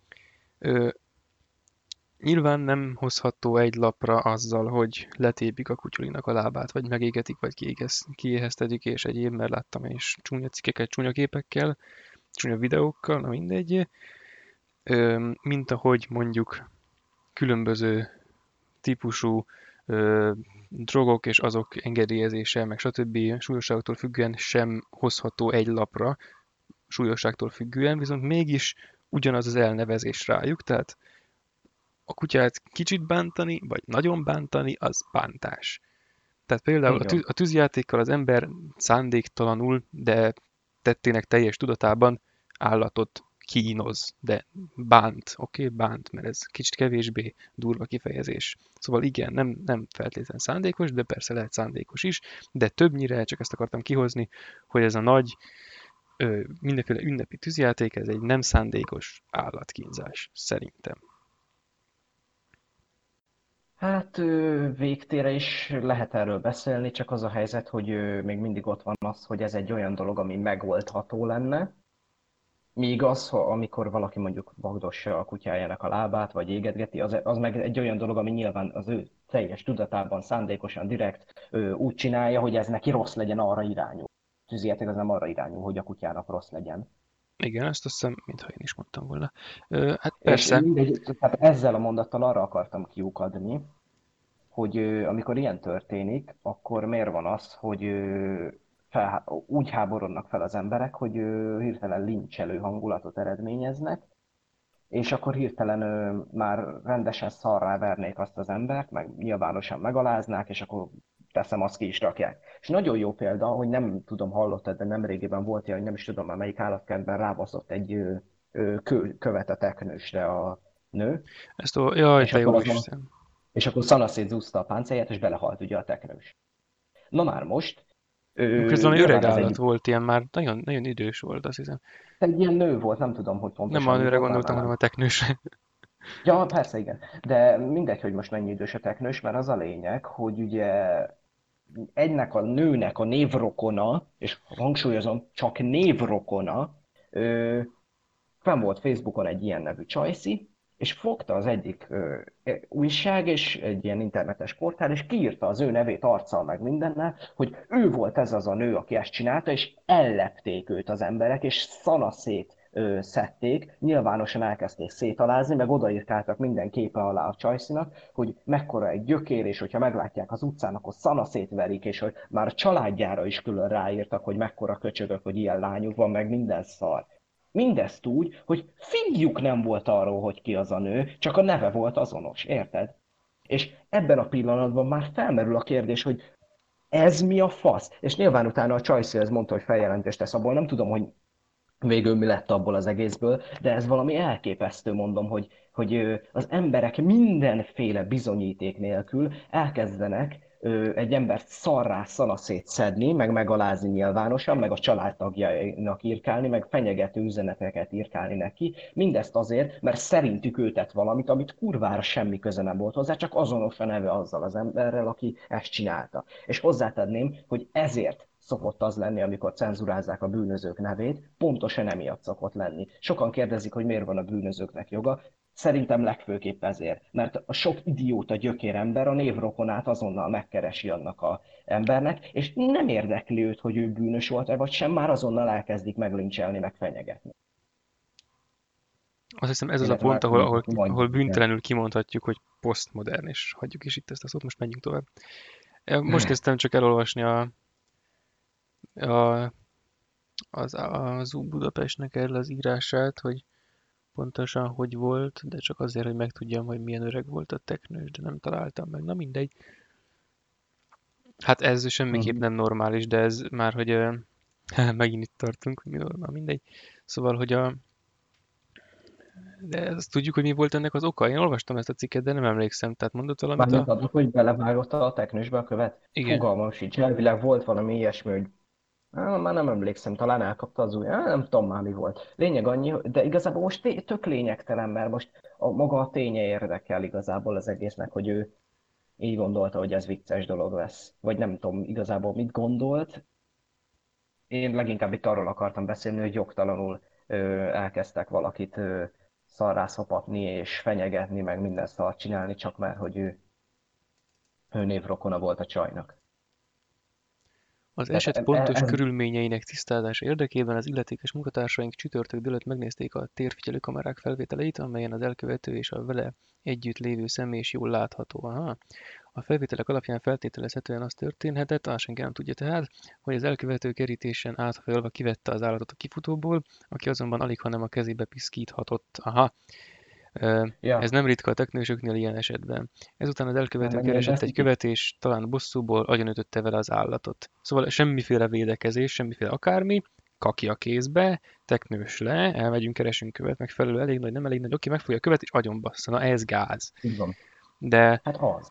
Nyilván nem hozható egy lapra azzal, hogy letépik a kutyulinak a lábát, vagy megégetik, vagy kiégesz, kiéheztetik, és egyéb, mert láttam én is csúnya cikkeket, csúnya képekkel, csúnya videókkal, na mindegy. Ö, mint ahogy mondjuk különböző típusú ö, drogok és azok engedélyezése, meg stb. Súlyosságtól függően sem hozható egy lapra, súlyosságtól függően, viszont mégis ugyanaz az elnevezés rájuk, tehát a kutyát kicsit bántani, vagy nagyon bántani, az bántás. Tehát például a, Így tű, van. a tűzjátékkal az ember szándéktalanul, de tettének teljes tudatában állatot kínoz, de bánt, oké, okay? Bánt, mert ez kicsit kevésbé durva kifejezés. Szóval igen, nem, nem feltétlenül szándékos, de persze lehet szándékos is, de többnyire csak ezt akartam kihozni, hogy ez a nagy ö, mindenféle ünnepi tűzjáték, ez egy nem szándékos állatkínzás, szerintem. Hát ö, végtére is lehet erről beszélni, csak az a helyzet, hogy ö, még mindig ott van az, hogy ez egy olyan dolog, ami megoldható lenne, míg az, ha amikor valaki mondjuk vagdossa a kutyájának a lábát, vagy égetgeti, az, az meg egy olyan dolog, ami nyilván az ő teljes tudatában, szándékosan, direkt ö, úgy csinálja, hogy ez neki rossz legyen, arra irányul. Tűzijáték az nem arra irányul, hogy a kutyának rossz legyen. Igen, ezt azt hiszem, mintha én is mondtam volna. Ö, hát És persze, mindegy, tehát ezzel a mondattal arra akartam kiukadni, hogy ö, amikor ilyen történik, akkor miért van az, hogy ö, fel, úgy háborodnak fel az emberek, hogy ö, hirtelen lincselő hangulatot eredményeznek, és akkor hirtelen ö, már rendesen szarrá vernék azt az embert, meg nyilvánosan megaláznák, és akkor teszem, azt ki is rakják. És nagyon jó példa, hogy nem tudom, hallottad, de nemrégiben volt ilyen, hogy nem is tudom már melyik állatkertben rábaszott egy ö, ö, kő, követ a teknősre a nő, ezt a... Jaj, és te akkor jó azon, Isten. és akkor szanaszét zúzta a páncélját, és belehalt ugye a teknős. Na már most, Ez ö, valami öreg nyilván ez állat egy, volt, ilyen már nagyon, nagyon idős volt, azt hiszem. egy ilyen nő volt, nem tudom, hogy Nem pontosan a mi nőre volt, már, gondoltam, már hanem a nem. teknősre. Ja, persze, igen. De mindegy, hogy most mennyi idős a teknős, mert az a lényeg, hogy ugye egynek a nőnek a névrokona, és hangsúlyozom, csak névrokona, ö, fenn volt Facebookon egy ilyen nevű csajszi, és fogta az egyik ö, újság, és egy ilyen internetes portál, és kiírta az ő nevét arccal meg mindennel, hogy ő volt ez az a nő, aki ezt csinálta, és ellepték őt az emberek, és szanaszét ö, szedték, nyilvánosan elkezdték szétalázni, meg odaírkáltak minden képe alá a csajszinak, hogy mekkora egy gyökér, és hogyha meglátják az utcán, akkor szanaszét verik, és hogy már a családjára is külön ráírtak, hogy mekkora köcsögök, hogy ilyen lányuk van, meg minden szar. Mindezt úgy, hogy figyük nem volt arról, hogy ki az a nő, csak a neve volt azonos, érted? És ebben a pillanatban már felmerül a kérdés, hogy ez mi a fasz? És nyilván utána a Csajci ez mondta, hogy feljelentést tesz abból, nem tudom, hogy végül mi lett abból az egészből, de ez valami elképesztő, mondom, hogy, hogy ö, az emberek mindenféle bizonyíték nélkül elkezdenek ö, egy embert szarrá szanaszét szedni, meg megalázni nyilvánosan, meg a családtagjainak írkálni, meg fenyegető üzeneteket írkálni neki. Mindezt azért, mert szerintük ő tett valamit, amit kurvára semmi köze nem volt hozzá, csak azonos a neve azzal az emberrel, aki ezt csinálta. És hozzátenném, hogy ezért szokott az lenni, amikor cenzurázzák a bűnözők nevét, pontosan emiatt szokott lenni. Sokan kérdezik, hogy miért van a bűnözőknek joga. Szerintem legfőképp ezért, mert a sok idióta gyökér ember a névrokonát azonnal megkeresi annak a embernek, és nem érdekli őt, hogy ő bűnös volt-e vagy sem, már azonnal elkezdik meglincselni, meg fenyegetni. Azt hiszem ez az a Illetve már pont, ahol, nem ahol, ahol mondjuk, igen. bűntelenül kimondhatjuk, hogy posztmodern, és hagyjuk is itt ezt a szót, most menjünk tovább. Most kezdtem csak elolvasni a, a, az, az U Budapestnek erről az írását, hogy pontosan hogy volt, de csak azért, hogy megtudjam, hogy milyen öreg volt a teknős, de nem találtam meg. Na mindegy. Hát ez semmiképp Mhm. nem normális, de ez már, hogy ö, megint itt tartunk, hogy mi normál, mindegy. Szóval, hogy a, de ezt tudjuk, hogy mi volt ennek az oka. Én olvastam ezt a cikket, de nem emlékszem. Tehát mondott valamit Mármint a... adok, hogy belevágott a teknősbe a követ? Igen. Fogalmam sincs. Elvileg volt valami ilyesmi, hogy Á, már nem emlékszem, talán elkapta az új, Á, nem tudom már mi volt. Lényeg annyi, hogy- de igazából most té- tök lényegtelen, mert most a, maga a ténye érdekel igazából az egésznek, hogy ő így gondolta, hogy ez vicces dolog lesz. Vagy nem tudom igazából mit gondolt. Én leginkább itt arról akartam beszélni, hogy jogtalanul ö, elkezdtek valakit ö, szarrá szopatni és fenyegetni, meg minden szart csinálni, csak mert, hogy ő, ő névrokona volt a csajnak. Az Tehát eset e- e- pontos ez, körülményeinek tisztázása érdekében az illetékes munkatársaink csütörtök délután megnézték a térfigyelő kamerák felvételeit, amelyen az elkövető és a vele együtt lévő személy is jól látható. Aha. A felvételek alapján feltételezhetően az történhetett, azt senki nem tudja tehát, hogy az elkövető kerítésen áthajolva kivette az állatot a kifutóból, aki azonban alig, hanem a kezébe piszkíthatott. Aha. Ö, Ez ja, nem ritka a teknősöknél ilyen esetben. Ezután az már elkövető keresett egy megnézhetik. követ, és talán bosszúból agyonütötte vele az állatot. Szóval semmiféle védekezés, semmiféle akármi, kaki a kézbe, teknős le, elmegyünk, keresünk követ, megfelelő, elég nagy, nem elég nagy, oké, megfogja a követ, és agyon bassza. Na ez gáz. Így van. De, Hát az.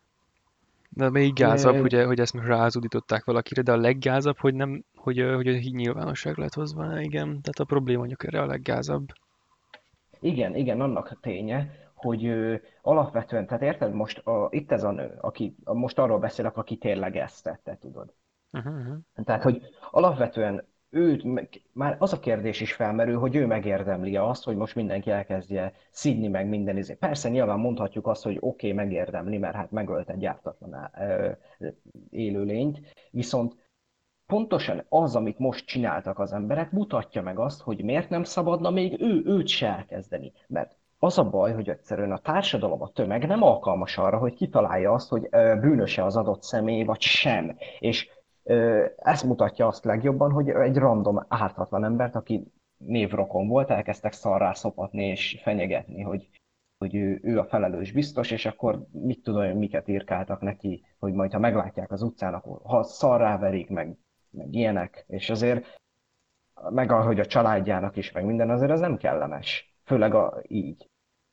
de még gázabb, hogy, hogy ezt most rázudították valakire, de a leggázabb, hogy nem, hogy, hogy a nyilvánosság lett hozva, igen, tehát a probléma erre a leggázabb. Igen, igen, annak a ténye, hogy ö, alapvetően, tehát érted, most a, itt ez a nő, aki, most arról beszélek, aki tényleg ezt tette, tudod. Uh-huh, uh-huh. Tehát, hogy alapvetően őt, meg- már az a kérdés is felmerül, hogy ő megérdemli azt, hogy most mindenki elkezdje szidni meg minden izé. Persze nyilván mondhatjuk azt, hogy oké, okay, megérdemli, mert hát megölt egy ártatlan á- ö, élőlényt, viszont pontosan az, amit most csináltak az emberek, mutatja meg azt, hogy miért nem szabadna még ő, őt se elkezdeni. Mert az a baj, hogy egyszerűen a társadalom, a tömeg nem alkalmas arra, hogy kitalálja azt, hogy ö, bűnöse az adott személy, vagy sem. És ö, ez mutatja azt legjobban, hogy egy random ártatlan embert, aki névrokon volt, elkezdtek szarrá szopatni és fenyegetni, hogy hogy ő, ő a felelős biztos, és akkor mit tudom én, miket írkáltak neki, hogy majd ha meglátják az utcán, akkor ha szarrá verik, meg, meg ilyenek, és azért meg ahogy a családjának is, meg minden, azért az nem kellemes. Főleg a, így.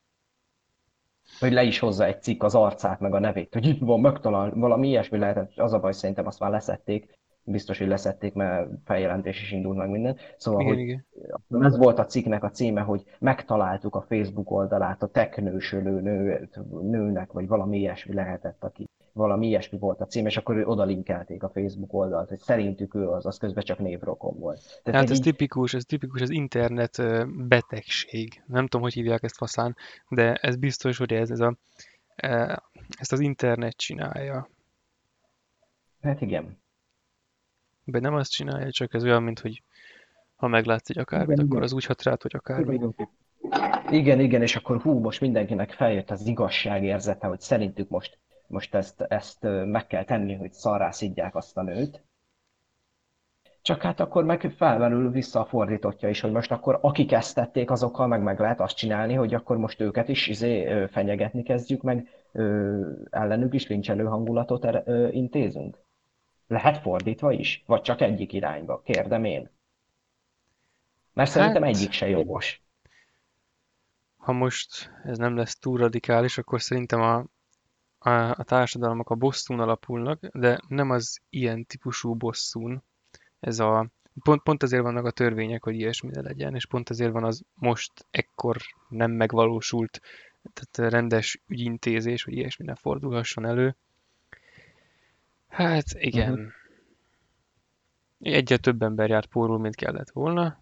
Hogy le is hozza egy cikk az arcát, meg a nevét, hogy itt van, megtalál, valami ilyesmi lehetett, az a baj, szerintem azt már leszették, biztos, hogy leszették, mert feljelentés is indult meg minden. Szóval, Igen, hogy igen. ez volt a cikknek a címe, hogy megtaláltuk a Facebook oldalát a teknősölő nő, nőnek, vagy valami ilyesmi lehetett, aki valami ilyesmi volt a cím, és akkor ő oda linkelték a Facebook oldalt, hogy szerintük ő az, az közben csak névrokon volt. Tehát, Hát hogy ez így, tipikus, ez tipikus, az internet ö, betegség. Nem tudom, hogy hívják ezt faszán, de ez biztos, hogy ez, ez a, e, ezt az internet csinálja. hát igen. De nem azt csinálja, csak ez olyan, mint hogy ha meglátsz egy akármit, Igen, akkor igen. az úgy hat rád, hogy akármi. Igen, igen, és akkor hú, most mindenkinek feljött az igazság érzete, hogy szerintük most, most ezt, ezt ö, meg kell tenni, hogy szarrá szidják azt a nőt. Csak hát akkor meg felmerül vissza a fordítottja is, hogy most akkor akik ezt tették, azokkal meg meg lehet azt csinálni, hogy akkor most őket is izé, ö, fenyegetni kezdjük, meg ö, ellenük is lincselő hangulatot er, ö, intézünk. Lehet fordítva is, vagy csak egyik irányba, kérdem én. Mert szerintem egyik Hát, se jogos. ha most ez nem lesz túl radikális, akkor szerintem a, a, a társadalmak a bosszún alapulnak, de nem az ilyen típusú bosszún. Ez a, pont, pont azért vannak a törvények, hogy ilyesmi ne legyen, és pont azért van az most ekkor nem megvalósult, tehát rendes ügyintézés, hogy ilyesmi ne fordulhasson elő. Hát Uh-huh. igen, egyre több ember járt pórul, mint kellett volna.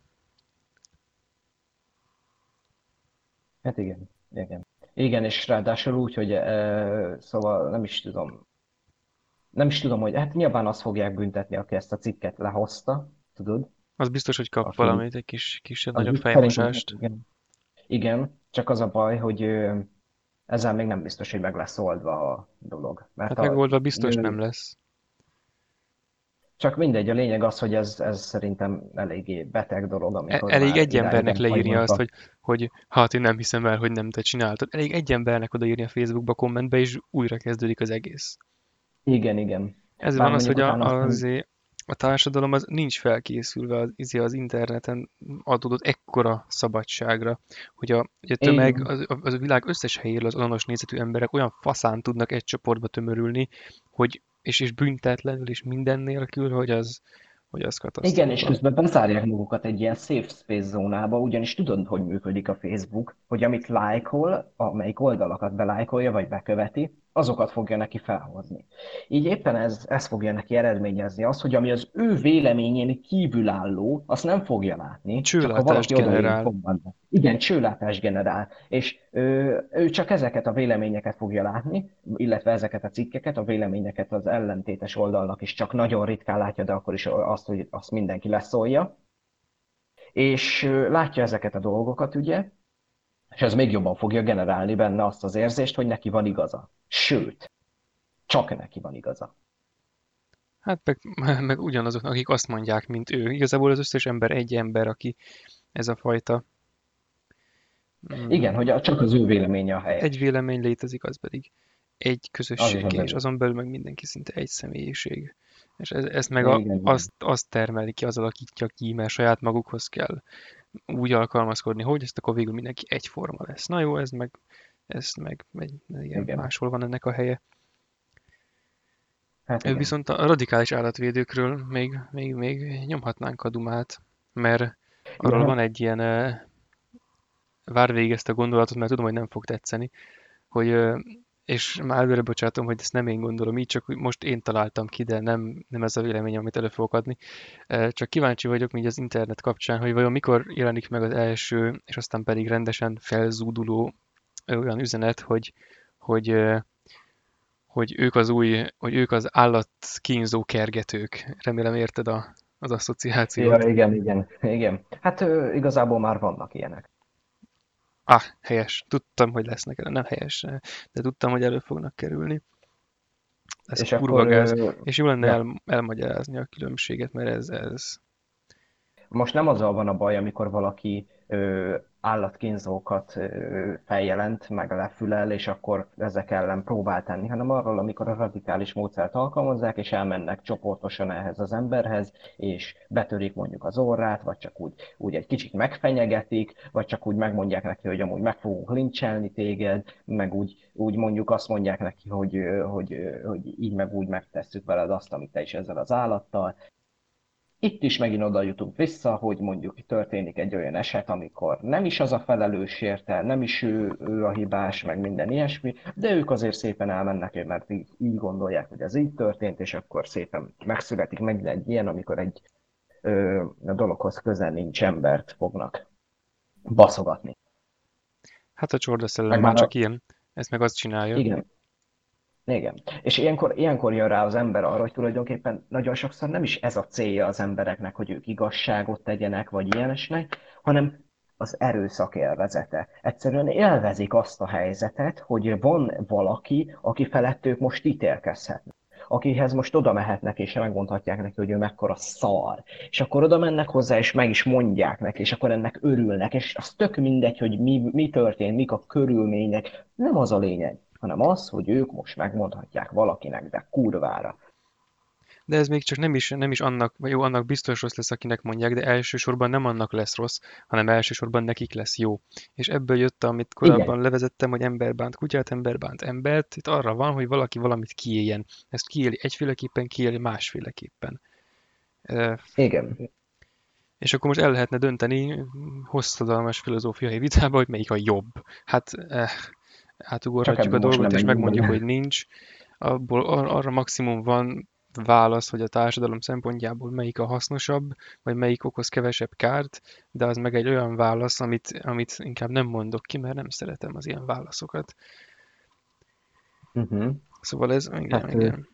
Hát igen, igen. Igen, és ráadásul úgy, hogy e, szóval nem is tudom, nem is tudom, hogy hát nyilván azt fogják büntetni, aki ezt a cikket lehozta, tudod? Az biztos, hogy kap Aki, valamit, egy kis, az kisebb-nagyobb bit- szerintem, fejmosást. igen, igen, csak az a baj, hogy ö, ezzel még nem biztos, hogy meg lesz oldva a dolog. Mert Hát a megoldva biztos nem nő, lesz. csak mindegy, a lényeg az, hogy ez, ez szerintem eléggé beteg dolog, E- amikor Elég már egy idáig embernek leírni azt, elfajulnak. hogy, hogy hát én nem hiszem el, hogy nem te csináltad. Elég egy embernek odaírni a Facebookba kommentbe, és újra kezdődik az egész. Igen, igen. Ez van Bár az, mondjuk hogy a, utána aztán, az, a társadalom az nincs felkészülve az, izé az interneten adódott ekkora szabadságra, hogy a, hogy a így tömeg, van. az, az a világ összes helyéről az azonos nézetű emberek olyan faszán tudnak egy csoportba tömörülni, hogy, és, és büntetlenül és minden nélkül, hogy az, hogy az Igen, és katasztrófa. közben bezárják magukat egy ilyen safe space zónába, ugyanis tudod, hogy működik a Facebook, hogy amit lájkol, amelyik oldalakat belájkolja vagy beköveti, azokat fogja neki felhozni. Így éppen ez, ez fogja neki eredményezni azt, hogy ami az ő véleményén kívülálló, azt nem fogja látni, csak ha Csőlátást valaki odaír generál. kommentbe. Igen, csőlátás generál, és ő, ő csak ezeket a véleményeket fogja látni, illetve ezeket a cikkeket, a véleményeket az ellentétes oldalnak is csak nagyon ritkán látja, de akkor is azt, hogy azt mindenki leszólja. És ő látja ezeket a dolgokat, ugye, és ez még jobban fogja generálni benne azt az érzést, hogy neki van igaza. Sőt, csak neki van igaza. Hát meg, meg ugyanazok, akik azt mondják, mint ő. Igazából az összes ember egy ember, aki ez a fajta Igen, mm, hogy csak az ő véleménye a egy helyes. vélemény létezik, az pedig egy Az is az közösségé, és egész. azon belül meg mindenki szinte egy személyiség. És ez, ezt meg a, Igen, igen. azt, azt termeli ki, az alakítja ki, mert saját magukhoz kell úgy alkalmazkodni, hogy ezt akkor végül mindenki egyforma lesz. Na jó, ez meg, ez meg, meg igen, Igen. máshol van ennek a helye. Hát igen. Viszont a radikális állatvédőkről még, még, még nyomhatnánk a dumát, mert Ja, arról van hát, egy ilyen, eh, vár végig ezt a gondolatot, mert tudom, hogy nem fog tetszeni, hogy, eh, és már előre bocsátom, hogy ezt nem én gondolom így, csak most én találtam ki, de nem, nem ez a véleményem, amit elő fogok adni. Eh, Csak kíváncsi vagyok így az internet kapcsán, hogy vajon mikor jelenik meg az első, és aztán pedig rendesen felzúduló eh, olyan üzenet, hogy, hogy eh, hogy ők az új, hogy ők az állatkínzó kergetők. Remélem érted a, az ja, asszociációt. igen, igen, igen. Hát ö, igazából már vannak ilyenek. Ah, helyes. Tudtam, hogy lesznek erre. Nem helyes, de tudtam, hogy elő fognak kerülni. Ez És kurva akkor, gáz. ö, És jó lenne ja, el, elmagyarázni a különbséget, mert ez, ez... most nem azzal van a baj, amikor valaki ö, állatkínzókat ö, feljelent, meg lefülel, és akkor ezek ellen próbál tenni, hanem arról, amikor a radikális módszert alkalmazzák, és elmennek csoportosan ehhez az emberhez, és betörik mondjuk az orrát, vagy csak úgy, úgy egy kicsit megfenyegetik, vagy csak úgy megmondják neki, hogy amúgy meg fogunk lincselni téged, meg úgy, úgy mondjuk azt mondják neki, hogy, ö, hogy, ö, hogy így meg úgy megtesszük veled azt, amit te is ezzel az állattal. Itt is megint oda jutunk vissza, hogy mondjuk történik egy olyan eset, amikor nem is az a felelős érte, nem is ő, ő a hibás, meg minden ilyesmi, de ők azért szépen elmennek, mert így, így gondolják, hogy ez így történt, és akkor szépen megszületik meg egy ilyen, amikor egy ö, a dologhoz közel nincs embert fognak baszogatni. Hát a csorda szellem Meg már már csak a, ilyen. Ezt meg azt csinálja. igen, igen. És ilyenkor, ilyenkor jön rá az ember arra, hogy tulajdonképpen nagyon sokszor nem is ez a célja az embereknek, hogy ők igazságot tegyenek, vagy ilyenesnek, hanem az erőszak élvezete. Egyszerűen élvezik azt a helyzetet, hogy van valaki, aki felett ők most ítélkezhetnek. Akihez most oda mehetnek, és megmondhatják neki, hogy ő mekkora szar. És akkor oda mennek hozzá, és meg is mondják neki, és akkor ennek örülnek, és az tök mindegy, hogy mi, mi történt, mik a körülmények. Nem az a lényeg, hanem az, hogy ők most megmondhatják valakinek, de kurvára. De ez még csak nem is, nem is annak, vagy jó, annak biztos rossz lesz, akinek mondják, de elsősorban nem annak lesz rossz, hanem elsősorban nekik lesz jó. És ebből jött, amit korábban Igen, levezettem, hogy ember bánt kutyát, ember bánt embert. Itt arra van, hogy valaki valamit kiéljen. Ezt kiéli egyféleképpen, kiéli másféleképpen. E, igen. És akkor most el lehetne dönteni hosszadalmas filozófiai vitába, hogy melyik a jobb. Hát eh, Csak átugorhatjuk a ebben most nem dolgot, és menjünk megmondjuk, hogy bele. nincs. Abból ar- arra maximum van válasz, hogy a társadalom szempontjából melyik a hasznosabb, vagy melyik okoz kevesebb kárt, de az meg egy olyan válasz, amit, amit inkább nem mondok ki, mert nem szeretem az ilyen válaszokat. Uh-huh. Szóval ez, igen, Hát ö, igen.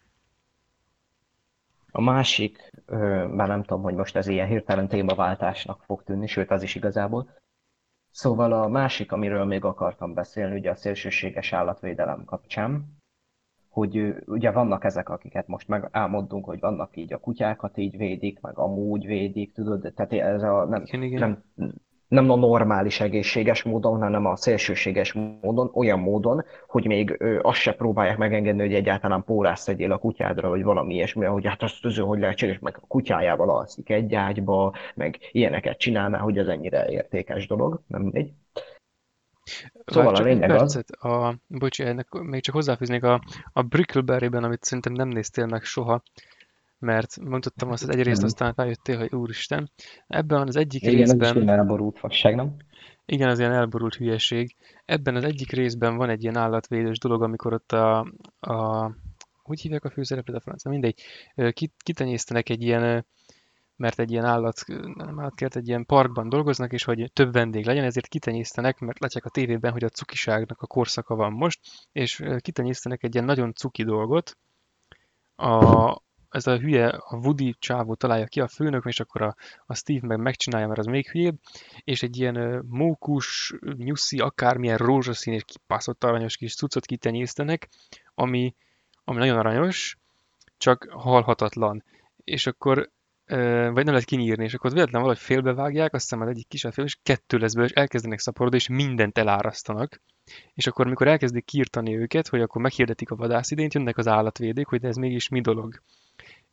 a másik, ö, már nem tudom, hogy most ez ilyen hirtelen témaváltásnak fog tűnni, sőt az is igazából. Szóval a másik, amiről még akartam beszélni, ugye a szélsőséges állatvédelem kapcsán, hogy ö, ugye vannak ezek, akiket most meg álmodunk, hogy vannak így a kutyákat így védik, meg amúgy védik, tudod, tehát ez a nem, Igen, igen. nem, nem a normális egészséges módon, hanem a szélsőséges módon, olyan módon, hogy még ö, azt se próbálják megengedni, hogy egyáltalán pórázt tegyél a kutyádra, vagy valami ilyesmi, hogy hát azt tűző, hogy lehetséges, meg a kutyájával alszik egy ágyba, meg ilyeneket csinál, mert hogy ez ennyire értékes dolog, nem mindegy. Várj Szóval a csak egy lényeg az, percet. A, bocsi, ennek még csak hozzáfűznék a, a Brickleberry-ben, amit szerintem nem néztél meg soha, mert mondottam azt, hogy egyrészt nem. aztán rájöttél, hogy úristen. Ebben az egyik Igen, ez is részben, ilyen elborult fasság, nem? igen, az ilyen elborult hülyeség, ebben az egyik részben van egy ilyen állatvédős dolog, amikor ott a, a hogy hívják a főszereplőt a francia, mindegy, Ö, kit- kitenyésztenek egy ilyen, ö, mert egy ilyen állat, nem állatkert, egy ilyen parkban dolgoznak, és hogy több vendég legyen, ezért kitenyésztenek, mert látják a tévében, hogy a cukiságnak a korszaka van most, és ö, kitenyésztenek egy ilyen nagyon cuki dolgot, a, ez a hülye, a Woody csávó találja ki a főnök, és akkor a, a Steve meg megcsinálja, mert az még hülyébb, és egy ilyen ö, mókus, nyuszi, akármilyen rózsaszín és kipászott aranyos kis cuccot kitenyésztenek, ami, ami nagyon aranyos, csak halhatatlan. És akkor, ö, vagy nem lehet kinyírni, és akkor véletlen valahogy félbevágják, aztán az egyik kis fél, és kettő lesz belőle, és elkezdenek szaporodni, és mindent elárasztanak. És akkor, amikor elkezdik kiirtani őket, hogy akkor meghirdetik a vadászidényt, jönnek az állatvédők, hogy de ez mégis mi dolog.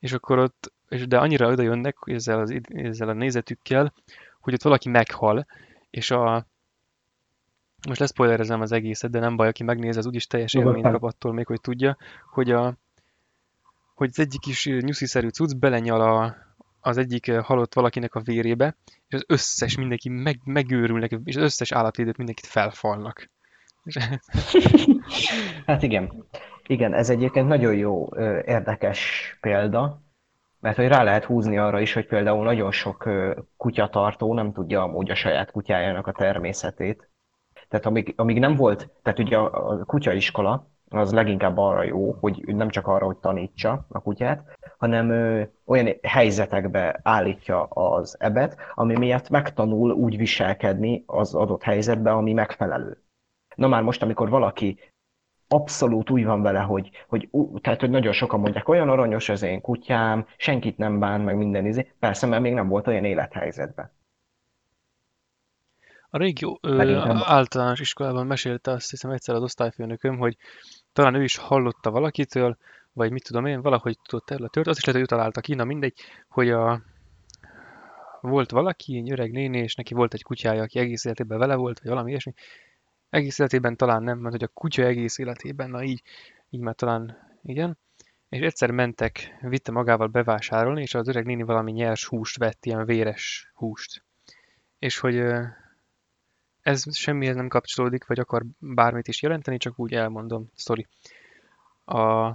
és akkor ott, és de annyira oda jönnek ezzel, az, id- ezzel a nézetükkel, hogy ott valaki meghal, és a, most leszpoilerezem az egészet, de nem baj, aki megnézi, az úgyis teljes élményt kap Nyugodtan. attól még, hogy tudja, hogy, a, hogy az egyik kis nyusziszerű cucc belenyal a, az egyik eh, halott valakinek a vérébe, és az összes mindenki meg, megőrülnek, és az összes állatvédők mindenkit felfalnak. És Hát igen. Igen, ez egyébként nagyon jó, ö, érdekes példa, mert hogy rá lehet húzni arra is, hogy például nagyon sok ö, kutyatartó nem tudja amúgy a saját kutyájának a természetét. Tehát amíg, amíg nem volt, tehát ugye a, a kutyaiskola az leginkább arra jó, hogy nem csak arra, hogy tanítsa a kutyát, hanem ö, olyan helyzetekbe állítja az ebet, ami miatt megtanul úgy viselkedni az adott helyzetbe, ami megfelelő. Na már most, amikor valaki abszolút úgy van vele, hogy, hogy, ú, tehát, hogy nagyon sokan mondják, olyan aranyos az én kutyám, senkit nem bán, meg minden izé. Persze, mert még nem volt olyan élethelyzetben. a régi ö, Leginkább. általános iskolában mesélte azt hiszem egyszer az osztályfőnököm, hogy talán ő is hallotta valakitől, vagy mit tudom én, valahogy tudott erről a tört, azt is lehet, hogy ő találta ki, na mindegy, hogy a, volt valaki, egy öreg néni, és neki volt egy kutyája, aki egész életében vele volt, vagy valami ilyesmi. Egész életében talán nem, mert hogy a kutya egész életében, na így, így már talán igen. És egyszer mentek, vitte magával bevásárolni, és az öreg néni valami nyers húst vett, ilyen véres húst. És hogy ö, ez semmihez nem kapcsolódik, vagy akar bármit is jelenteni, csak úgy elmondom, sorry. A,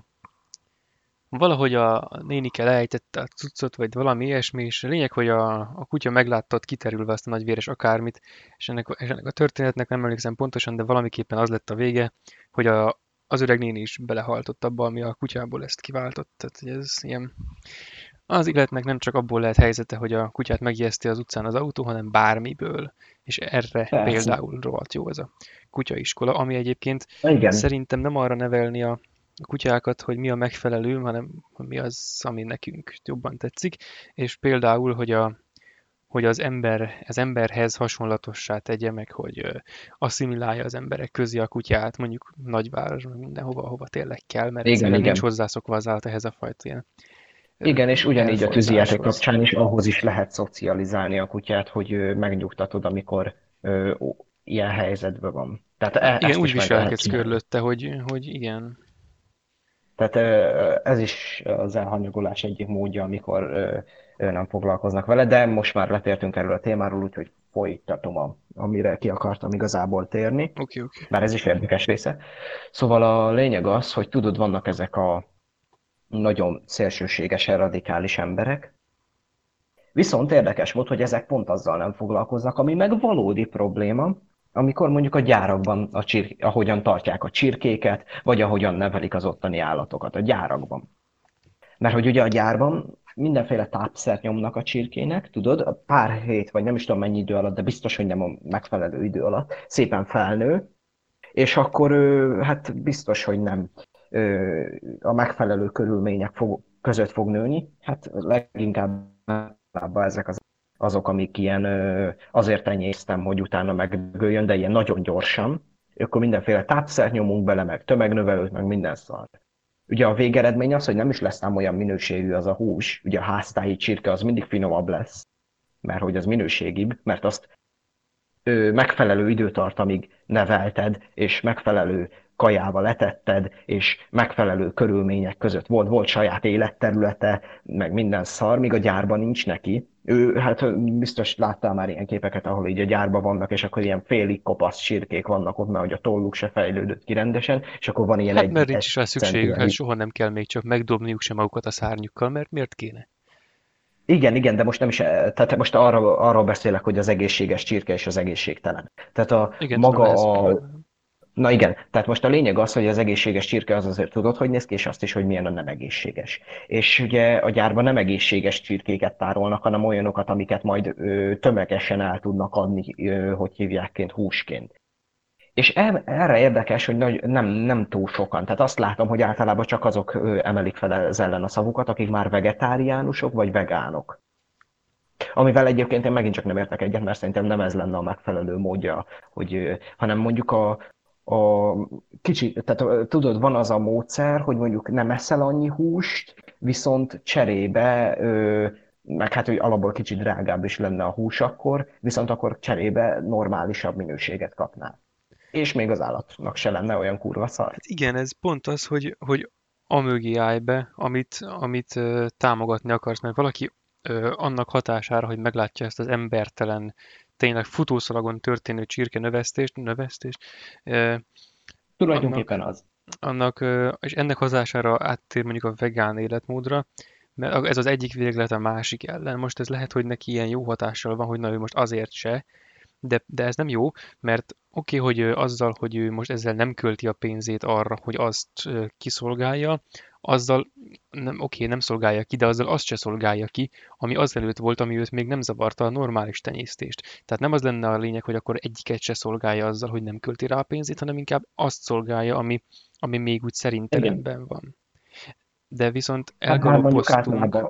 valahogy a nénike lejtette a cuccot, vagy valami ilyesmi, és a lényeg, hogy a, a kutya meglátta ott kiterülve azt a nagy véres akármit, és ennek, és ennek a történetnek nem emlékszem pontosan, de valamiképpen az lett a vége, hogy a, az öreg néni is belehaltott abba, ami a kutyából ezt kiváltott. Tehát hogy ez ilyen... Az életnek nem csak abból lehet helyzete, hogy a kutyát megijeszti az utcán az autó, hanem bármiből. És erre Persze. például rohadt jó ez a kutyaiskola, ami egyébként Igen. szerintem nem arra nevelni a a kutyákat, hogy mi a megfelelő, hanem hogy mi az, ami nekünk jobban tetszik, és például, hogy, a, hogy az ember, az emberhez hasonlatossá tegye meg, hogy ö, asszimilálja az emberek közé a kutyát, mondjuk nagyvárosban, mindenhova, ahova tényleg kell, mert Igen, egyszerűen nincs igen. hozzászokva az állat ehhez a fajta ilyen ö, Igen, és ugyanígy a tűzijáték elfajzáshoz. kapcsán is ahhoz is lehet szocializálni a kutyát, hogy ö, megnyugtatod, amikor ö, ó, ilyen helyzetben van. Tehát e- Igen, ezt úgy is meg lehet viselkedsz csinálni. körülötte, hogy, hogy igen. Tehát ö, ez is az elhanyagolás egyik módja, amikor ö, ö, nem foglalkoznak vele, de most már letértünk erről a témáról, úgyhogy folytatom, a, amire ki akartam igazából térni, Oké, okay, oké. bár ez is érdekes része. Szóval a lényeg az, hogy tudod, vannak ezek a nagyon szélsőségesen radikális emberek, viszont érdekes volt, hogy ezek pont azzal nem foglalkoznak, ami meg valódi probléma, amikor mondjuk a gyárakban, a csir- ahogyan tartják a csirkéket, vagy ahogyan nevelik az ottani állatokat a gyárakban. Mert hogy ugye a gyárban mindenféle tápszert nyomnak a csirkének, tudod, a pár hét, vagy nem is tudom mennyi idő alatt, de biztos, hogy nem a megfelelő idő alatt, szépen felnő, és akkor ő, hát biztos, hogy nem ö, a megfelelő körülmények fog, között fog nőni. Hát leginkább ezek az, azok, amik ilyen, ö, azért tenyésztem, hogy utána megdögöljön, de ilyen nagyon gyorsan. Akkor mindenféle tápszert nyomunk bele, meg tömegnövelőt, meg minden szar. Ugye a végeredmény az, hogy nem is lesz ám olyan minőségű az a hús, ugye a háztáji csirke az mindig finomabb lesz, mert hogy az minőségibb, mert azt ö, megfelelő időtartamig nevelted, és megfelelő kajával letetted, és megfelelő körülmények között volt, volt saját életterülete, meg minden szar, míg a gyárban nincs neki. Ő, hát biztos láttál már ilyen képeket, ahol így a gyárban vannak, és akkor ilyen félig kopasz sírkék vannak ott, mert hogy a tolluk se fejlődött ki rendesen, és akkor van ilyen Hát egy, mert nincs egy is rá centi. szükségük, hát soha nem kell még csak megdobniuk sem magukat a szárnyukkal, mert miért kéne? Igen, igen, de most nem is, tehát most arra, arról beszélek, hogy az egészséges csirke és az egészségtelen. Tehát a Igen, tudom, maga ez a, na igen, tehát most a lényeg az, hogy az egészséges csirke az azért tudod, hogy néz ki, és azt is, hogy milyen a nem egészséges. És ugye a gyárban nem egészséges csirkéket tárolnak, hanem olyanokat, amiket majd ö, tömegesen el tudnak adni, ö, hogy hívják, húsként. És el, erre érdekes, hogy nagy, nem, nem túl sokan. Tehát azt látom, hogy általában csak azok ö, emelik fel ez ellen a szavukat, akik már vegetáriánusok vagy vegánok. Amivel egyébként én megint csak nem értek egyet, mert szerintem nem ez lenne a megfelelő módja, hogy, ö, hanem mondjuk a, a kicsi, tehát ö, tudod, van az a módszer, hogy mondjuk nem eszel annyi húst, viszont cserébe, ö, meg hát, hogy alapból kicsit drágább is lenne a hús akkor, viszont akkor cserébe normálisabb minőséget kapnál. És még az állatnak se lenne olyan kurva szar. Hát igen, ez pont az, hogy, hogy amögé állj be, amit, amit ö, támogatni akarsz, mert valaki ö, annak hatására, hogy meglátja ezt az embertelen, tényleg futószalagon történő csirke növesztést, növesztést, ö, Tulajdonképpen annak, az. annak ö, és ennek hatására áttér mondjuk a vegán életmódra, mert ez az egyik véglet a másik ellen. Most ez lehet, hogy neki ilyen jó hatással van, hogy na ő most azért se, de, de ez nem jó, mert oké, okay, hogy ö, azzal, hogy ő most ezzel nem költi a pénzét arra, hogy azt ö, kiszolgálja, azzal nem, oké, okay, nem szolgálja ki, de azzal azt se szolgálja ki, ami azelőtt volt, ami őt még nem zavarta a normális tenyésztést. Tehát nem az lenne a lényeg, hogy akkor egyiket se szolgálja azzal, hogy nem költi rá a pénzét, hanem inkább azt szolgálja, ami, ami még úgy Igen. szerintelenben van. De viszont Hát már mondjuk elgalopoztunk, általában.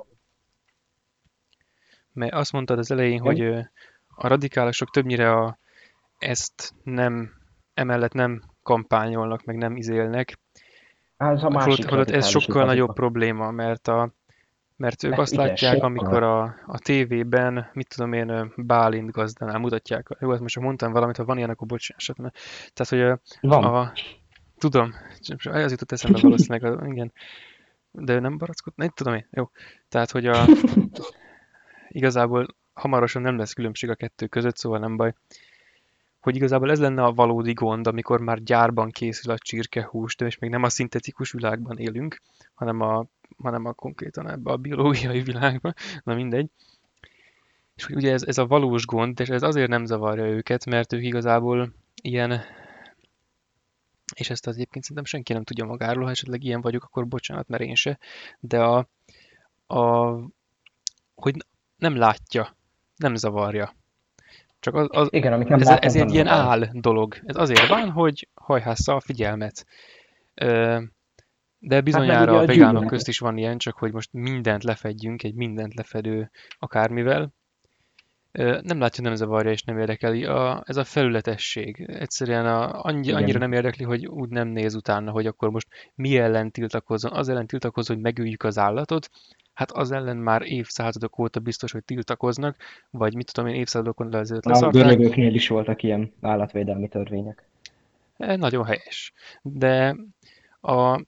mert azt mondtad az elején, hogy Igen? ö, a radikálisok többnyire a, ezt nem, emellett nem kampányolnak, meg nem izélnek, Hát ez a holott, másik holott ez radikális sokkal nagyobb igazika. probléma, mert, a, mert ők Ez azt igen, látják, amikor sokkal. a, a tévében, mit tudom én, ö, Bálint gazdánál mutatják. Jó, ezt most csak mondtam valamit, ha van ilyen, akkor bocsássat. Mert, tehát, hogy a, Van. a tudom, csak az jutott eszembe valószínűleg, a- igen, de ő nem barackot, nem tudom én, jó. Tehát, hogy a, igazából hamarosan nem lesz különbség a kettő között, szóval nem baj. Hogy igazából ez lenne a valódi gond, amikor már gyárban készül a csirkehús, de és még nem a szintetikus világban élünk, hanem a, hanem a konkrétan ebbe a biológiai világban, na mindegy. És hogy ugye ez, ez a valós gond, és ez azért nem zavarja őket, mert ők igazából ilyen, és ezt az egyébként szerintem senki nem tudja magáról, ha esetleg ilyen vagyok, akkor bocsánat, mert én se, de a, a hogy nem látja, nem zavarja. Csak az, az, Igen, amit nem ez, ez látunk, egy nem ilyen zavar. áll dolog. Ez azért van, hogy hajhásza a figyelmet. Ö, De Hát meg ugye bizonyára a a vegánok közt gyűlölet. is van ilyen, csak hogy most mindent lefedjünk egy mindent lefedő akármivel. Ö, Nem látja, nem zavarja és nem érdekeli. A, ez a felületesség. Egyszerűen a, annyi, annyira Igen. nem érdekli, hogy úgy nem néz utána, hogy akkor most mi ellen tiltakozzon. Az ellen tiltakozzon, hogy megöljük az állatot. Hát az ellen már évszázadok óta biztos, hogy tiltakoznak, vagy mit tudom én, évszázadokon ezelőtt A leszarták. görögöknél is voltak ilyen állatvédelmi törvények. E, Nagyon helyes. De, a,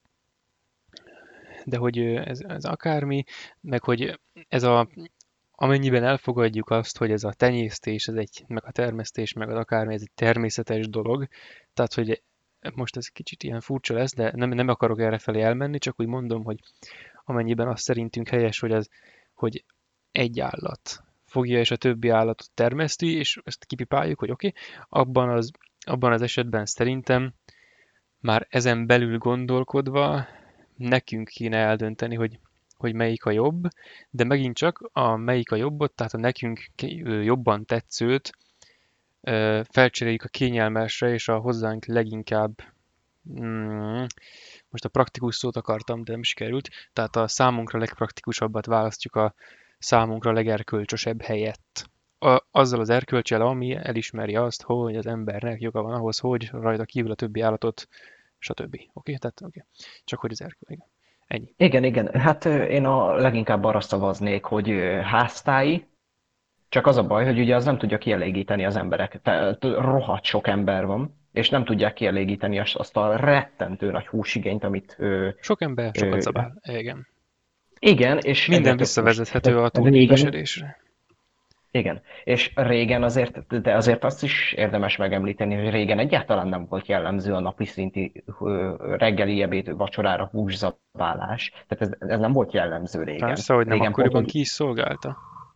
de hogy ö, ez, ez akármi, meg hogy ez a, amennyiben elfogadjuk azt, hogy ez a tenyésztés, ez egy, meg a termesztés, meg az akármi, ez egy természetes dolog, tehát hogy most ez kicsit ilyen furcsa lesz, de nem, nem akarok errefelé elmenni, csak úgy mondom, hogy amennyiben azt szerintünk helyes, hogy, az, hogy egy állat fogja és a többi állatot termeszti, és ezt kipipáljuk, hogy oké, okay, abban az, abban az esetben szerintem már ezen belül gondolkodva nekünk kéne eldönteni, hogy, hogy melyik a jobb, de megint csak a melyik a jobbot, tehát a nekünk jobban tetszőt felcseréljük a kényelmesre és a hozzánk leginkább, mm, most a praktikus szót akartam, de nem sikerült, tehát a számunkra legpraktikusabbat választjuk a számunkra legerkölcsösebb helyett. A, azzal az erkölcsel, ami elismeri azt, hogy az embernek joga van ahhoz, hogy rajta kívül a többi állatot, stb. Oké? Okay? Tehát oké. Okay. Csak hogy az erkölcs. Igen. Ennyi. Igen, igen. Hát ö, én a leginkább arra szavaznék, hogy ö, háztáji, csak az a baj, hogy ugye az nem tudja kielégíteni az emberek. Te, t- rohadt sok ember van, és nem tudják kielégíteni azt, azt a rettentő nagy húsigényt, amit ö, Sok ember sokat ö, zabál. Igen. igen, és egyre Minden több húst. visszavezethető De a régen, túlnépesedésre. igen, és régen azért, de azért azt is érdemes megemlíteni, hogy régen egyáltalán nem volt jellemző a napi szinti ö, reggeli, ebéd, vacsorára húszabálás. Tehát ez, ez nem volt jellemző régen. Persze, hogy nem, Régen pont, akkoriban hogy ki is szolgálta.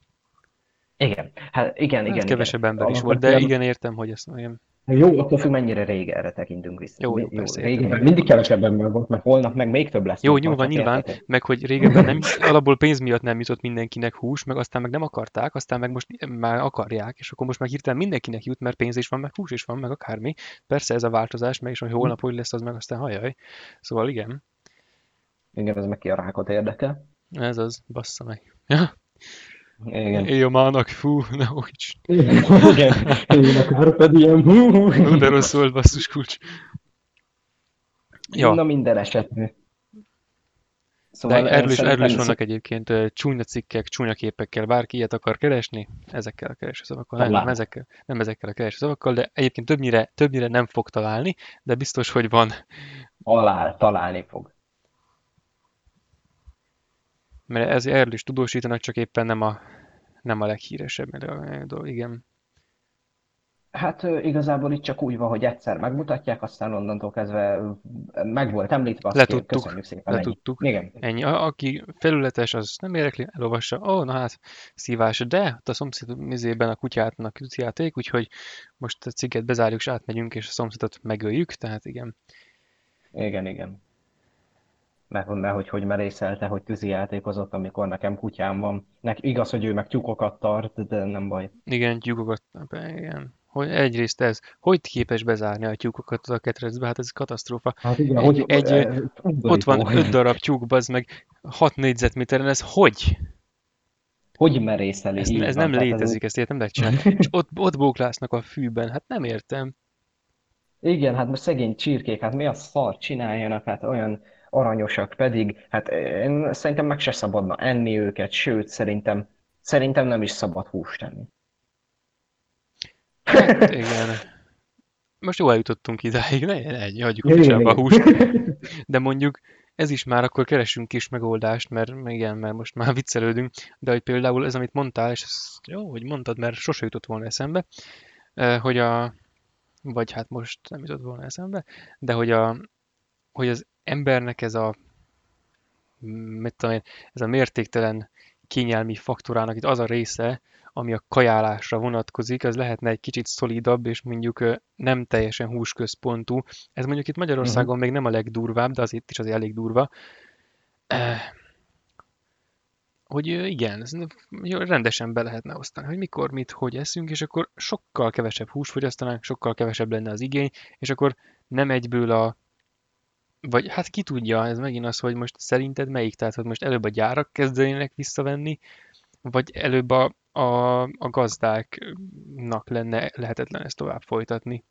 igen, hát igen, Hát igen, igen. kevesebb ember is volt, de Alapvetően igen, értem, hogy ezt igen. jó, attól függ, mennyire régenre tekintünk vissza. Jó, jó, Jó, persze, értem, régen igen. mindig kevesebb ember volt, mert holnap meg még több lesz, Jó, mint ma, nyilván, csak nyilván, érted? meg hogy régebben nem, alapból pénz miatt nem jutott mindenkinek hús, meg aztán meg nem akarták, aztán meg most már akarják, és akkor most meg hirtelen mindenkinek jut, mert pénz is van, meg hús is van, meg akármi. Persze ez a változás, meg is, hogy holnap hogy lesz, az meg aztán hajaj. Szóval igen, Igen, ez meg ki a rákot érdekel. ez az, bassza meg. Ja, Igen. éj a mának, fú, ne úgy. Igen, én a Carpe Diem. Hú, de rossz volt, basszus kulcs. Ja, Na minden esetre. De Szóval ö, erről is, erről is szerintem vannak szó- egyébként ö, csúnya cikkek, csúnya képekkel. Bárki ilyet akar keresni, ezekkel a keresőszavakkal. Nem, nem talán. ezekkel, nem ezekkel a keresőszavakkal, de egyébként többnyire, többnyire nem fog találni, de biztos, hogy van. Talál, találni fog. Mert ez, erről is tudósítanak, csak éppen nem a, nem a leghíresebb dolog. Igen. Hát ö, igazából itt csak úgy van, hogy egyszer megmutatják, aztán onnantól kezdve ö, meg volt említve, azt kér, Letudtuk, köszönjük szépen, ennyi. letudtuk. Igen, Ennyi. A, aki felületes, az nem érdekli, elolvassa. Ó, oh, na hát, szívás. De ott a szomszéd mizében a kutyátnak játék, úgyhogy most a cikket bezárjuk, és átmegyünk, és a szomszédot megöljük, tehát igen. igen, igen. Mert, mert hogy hogy merészelte, hogy tűzijátékozott, amikor nekem kutyám van. Nek, igaz, hogy ő meg tyúkokat tart, de nem baj. Igen, tyúkokat, igen. Hogy egyrészt ez, hogy képes bezárni a tyúkokat a ketrecbe, hát ez katasztrófa. Hát igen, Egy, hogy egy, eh, ott van undorító. öt darab tyúk, bazd meg, hat négyzetméteren, ez hogy? Hogy merészeli, Ez, így ez van. nem Tehát ez egy... létezik, ezt ilyet nem lehet csinálni. És ott, ott bóklásznak a fűben, hát nem értem. Igen, hát most szegény csirkék, hát mi a szar csináljanak, hát olyan aranyosak pedig, hát én szerintem meg se szabadna enni őket, sőt, szerintem, szerintem nem is szabad húst enni. Hát igen. Most jól eljutottunk idáig, ne, ne, ne, hagyjuk a Igen, picsába a igen. húst. De mondjuk ez is már akkor keresünk kis megoldást, mert igen, mert most már viccelődünk, de hogy például ez, amit mondtál, és ez jó, hogy mondtad, mert sose jutott volna eszembe, eh, hogy a, vagy hát most nem jutott volna eszembe, de hogy, a, hogy az embernek ez a, mit tudom én, ez a mértéktelen kényelmi faktorának itt az a része, ami a kajálásra vonatkozik, az lehetne egy kicsit szolidabb, és mondjuk ö, nem teljesen húsközpontú. Ez mondjuk itt Uh-huh. Magyarországon még nem a legdurvább, de az itt is azért elég durva. Eh, Hogy ö, igen, ez jó, rendesen be lehetne osztani, hogy mikor, mit, hogy eszünk, és akkor sokkal kevesebb hús fogyasztanánk, sokkal kevesebb lenne az igény, és akkor nem egyből a, vagy hát ki tudja, ez megint az, hogy most szerinted melyik, tehát hogy most előbb a gyárak kezdenének visszavenni, vagy előbb a, a, a gazdáknak lenne lehetetlen ezt tovább folytatni.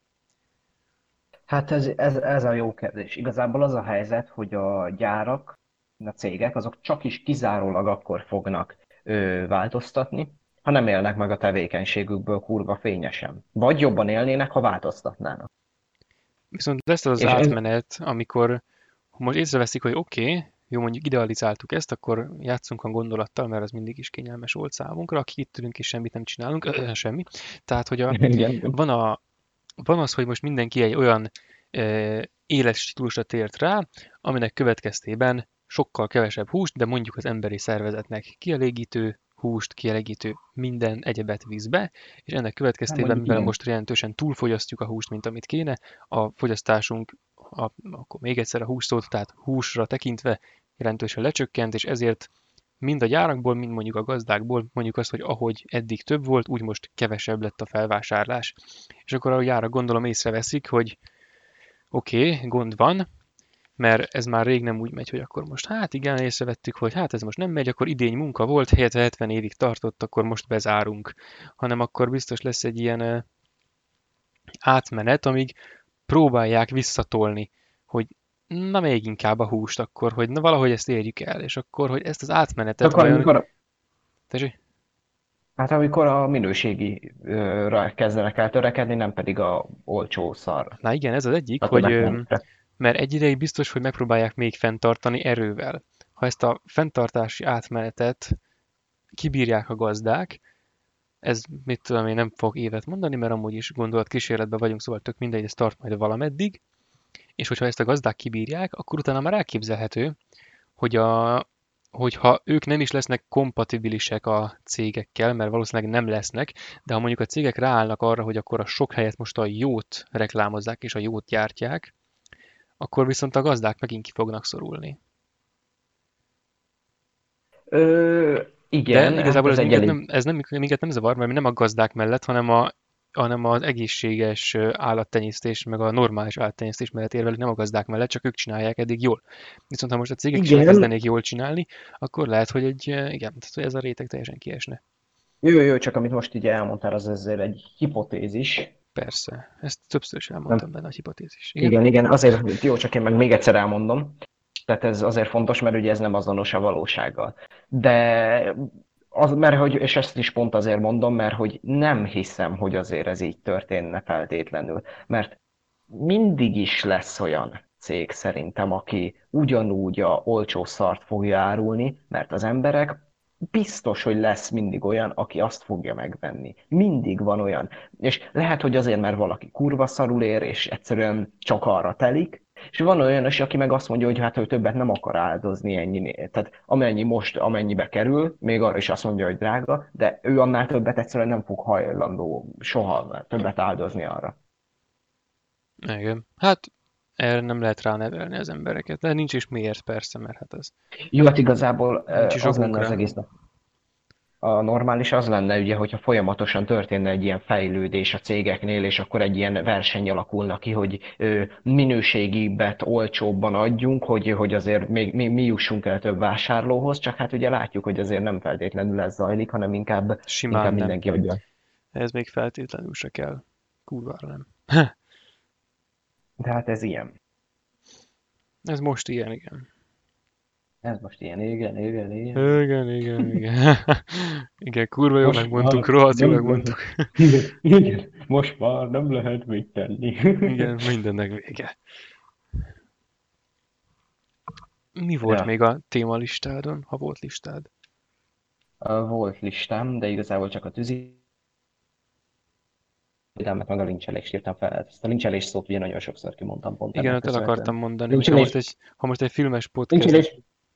Hát ez, ez, ez a jó kérdés. Igazából az a helyzet, hogy a gyárak, a cégek, azok csak is kizárólag akkor fognak ö, változtatni, ha nem élnek meg a tevékenységükből kurva fényesen. Vagy jobban élnének, ha változtatnának. Viszont lesz az az És ez, átmenet, amikor most észreveszik, hogy oké, okay, jó, mondjuk idealizáltuk ezt, akkor játszunk a gondolattal, mert az mindig is kényelmes volt számunkra, akik itt ülünk és semmit nem csinálunk, ö, semmi. Tehát, hogy a, igen. van, a, van az, hogy most mindenki egy olyan e, éles stílusra tért rá, aminek következtében sokkal kevesebb húst, de mondjuk az emberi szervezetnek kielégítő húst, kielégítő minden egyebet visz be, és ennek Hát következtében, mondjuk mivel igen. most jelentősen túlfogyasztjuk a húst, mint amit kéne, a fogyasztásunk, a, akkor még egyszer a hússzót, tehát húsra tekintve jelentősen lecsökkent, és ezért mind a gyárakból, mind mondjuk a gazdákból mondjuk azt, hogy ahogy eddig több volt, úgy most kevesebb lett a felvásárlás. És akkor a gyárak gondolom észreveszik, hogy oké, okay, gond van, mert ez már rég nem úgy megy, hogy akkor most hát igen, észrevettük, hogy hát ez most nem megy, akkor idény munka volt, hetven évig tartott, akkor most bezárunk. Hanem akkor biztos lesz egy ilyen ö, átmenet, amíg próbálják visszatolni, hogy na még inkább a húst akkor, hogy na valahogy ezt érjük el, és akkor, hogy ezt az átmenetet Akkor vajon... amikor, Tessék? hát amikor a minőségire kezdenek el törekedni, nem pedig a olcsó szar Na igen, ez az egyik, a hogy ö, tömegmennyire. mert egy ideig biztos, hogy megpróbálják még fenntartani erővel. Ha ezt a fenntartási átmenetet kibírják a gazdák, ez mit tudom én nem fog évet mondani, mert amúgy is gondolatkísérletben vagyunk, szóval tök mindegy, ez tart majd valameddig, és hogyha ezt a gazdák kibírják, akkor utána már elképzelhető, hogy a, hogyha ők nem is lesznek kompatibilisek a cégekkel, mert valószínűleg nem lesznek, de ha mondjuk a cégek ráállnak arra, hogy akkor a sok helyet most a jót reklámozzák és a jót gyártják, akkor viszont a gazdák megint ki fognak szorulni. Ö, De igen, hát igazából ez ez egy minket elég... nem, ez nem, minket nem zavar, mert mi nem a gazdák mellett, hanem, a, hanem az egészséges állattenyésztés, meg a normális állattenyésztés mellett érvelünk, nem a gazdák mellett, csak ők csinálják eddig jól. Viszont ha most a cégek is Igen, elkezdenék jól csinálni, akkor lehet, hogy egy, igen, tehát hogy ez a réteg teljesen kiesne. jó, jó, csak amit most így elmondtál, az ezzel egy hipotézis. Persze, ezt többször is Nem, elmondtam benne a hipotézis. Igen? igen, igen, azért jó, csak én meg még egyszer elmondom. Tehát ez azért fontos, mert ugye ez nem azonos a valósággal. De az, mert hogy, és ezt is pont azért mondom, mert hogy nem hiszem, hogy azért ez így történne feltétlenül. Mert mindig is lesz olyan cég szerintem, aki ugyanúgy a olcsó szart fogja árulni, mert az emberek biztos, hogy lesz mindig olyan, aki azt fogja megvenni. Mindig van olyan. És lehet, hogy azért, mert valaki kurva szarul ér, és egyszerűen csak arra telik, és van olyan is, aki meg azt mondja, hogy hát ő többet nem akar áldozni ennyinél. Tehát amennyi most, amennyibe kerül, még arra is azt mondja, hogy drága, de ő annál többet egyszerűen nem fog hajlandó soha többet áldozni arra. Igen. Hát erre nem lehet ránevelni az embereket, de nincs is miért persze, mert hát az Jó, hát igazából nincs eh, is az okunk lenne az rá. egésznek. A normális az lenne, ugye, hogyha folyamatosan történne egy ilyen fejlődés a cégeknél, és akkor egy ilyen verseny alakulna ki, hogy ö, minőségibet olcsóbban adjunk, hogy, hogy azért még mi, mi jussunk el több vásárlóhoz, csak hát ugye látjuk, hogy azért nem feltétlenül ez zajlik, hanem inkább, Simán inkább nem. mindenki adja. Ez még feltétlenül se kell. Kurvára nem. De hát ez ilyen. Ez most ilyen, igen. Ez most ilyen, igen, igen, igen. Igen, igen, igen. Igen, kurva jól Most megmondtuk, már rohadt jól nem lehet. megmondtuk. Igen, igen, most már nem lehet mit tenni. Igen, mindennek vége. Mi volt Ja, még a témalistádon, ha volt listád? volt listám, de igazából csak a tűzi védelmet meg a lincselést írtam fel. Ezt a lincselés szót ugye nagyon sokszor kimondtam pont Igen, ennek ott el akartam köszönhetően. mondani, hogy ha most Lincselés, egy, ha most egy filmes podcast, lincselés.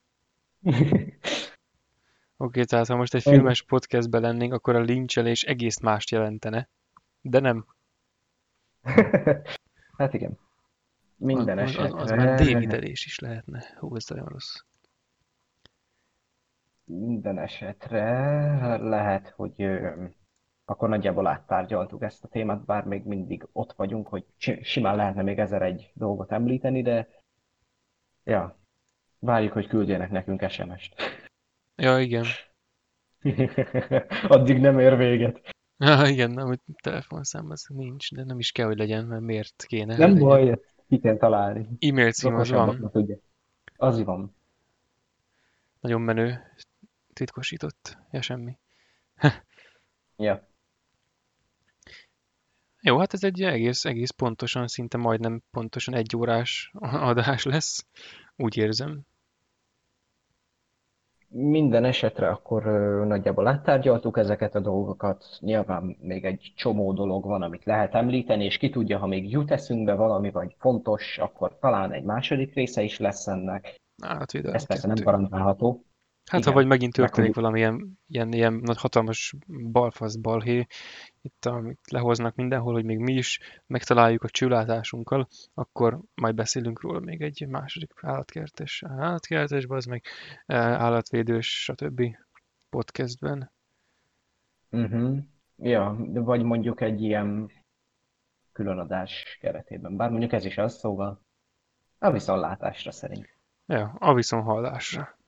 oké, tehát ha most egy filmes podcastben lennénk, akkor a lincselés egész mást jelentene. De nem. Hát igen, Az, minden az, az az már esetre, Davidelés is lehetne. Hú, ez nagyon rossz. minden esetre lehet, hogy ö, akkor nagyjából áttárgyaltuk ezt a témát, bár még mindig ott vagyunk, hogy si- simán lehetne még ezer egy dolgot említeni, de ja, várjuk, hogy küldjenek nekünk es em est. Ja, igen. Addig nem ér véget. Ja, igen, amit telefonszám az nincs, de nem is kell, hogy legyen, mert miért kéne, hogy Nem legyen. baj, ezt ki kell találni. E-mail Az cím az van. okosabbaknak ugye. Az van. Nagyon menő, titkosított. Ja, semmi. Ja. Jó, hát ez egy egész, egész pontosan, szinte majdnem pontosan egy órás adás lesz. Úgy érzem. Minden esetre akkor ö, nagyjából áttárgyaltuk ezeket a dolgokat. Nyilván még egy csomó dolog van, amit lehet említeni, és ki tudja, ha még jut eszünkbe valami, vagy fontos, akkor talán egy második része is lesz ennek. Állatvédelem Ez persze nem kettő. garantálható. Hát, ha vagy Igen. megint Meg történik hogy valamilyen ilyen, ilyen nagy hatalmas balfasz balhé, itt amit lehoznak mindenhol, hogy még mi is megtaláljuk a csőlátásunkkal, akkor majd beszélünk róla még egy második állatkertes, állatkertes, az meg eh, állatvédős, stb. Podcastben. uh-huh. Ja, de vagy mondjuk egy ilyen különadás keretében. Bár mondjuk ez is az, szóval a viszontlátásra szerint. Ja, a viszonthallásra.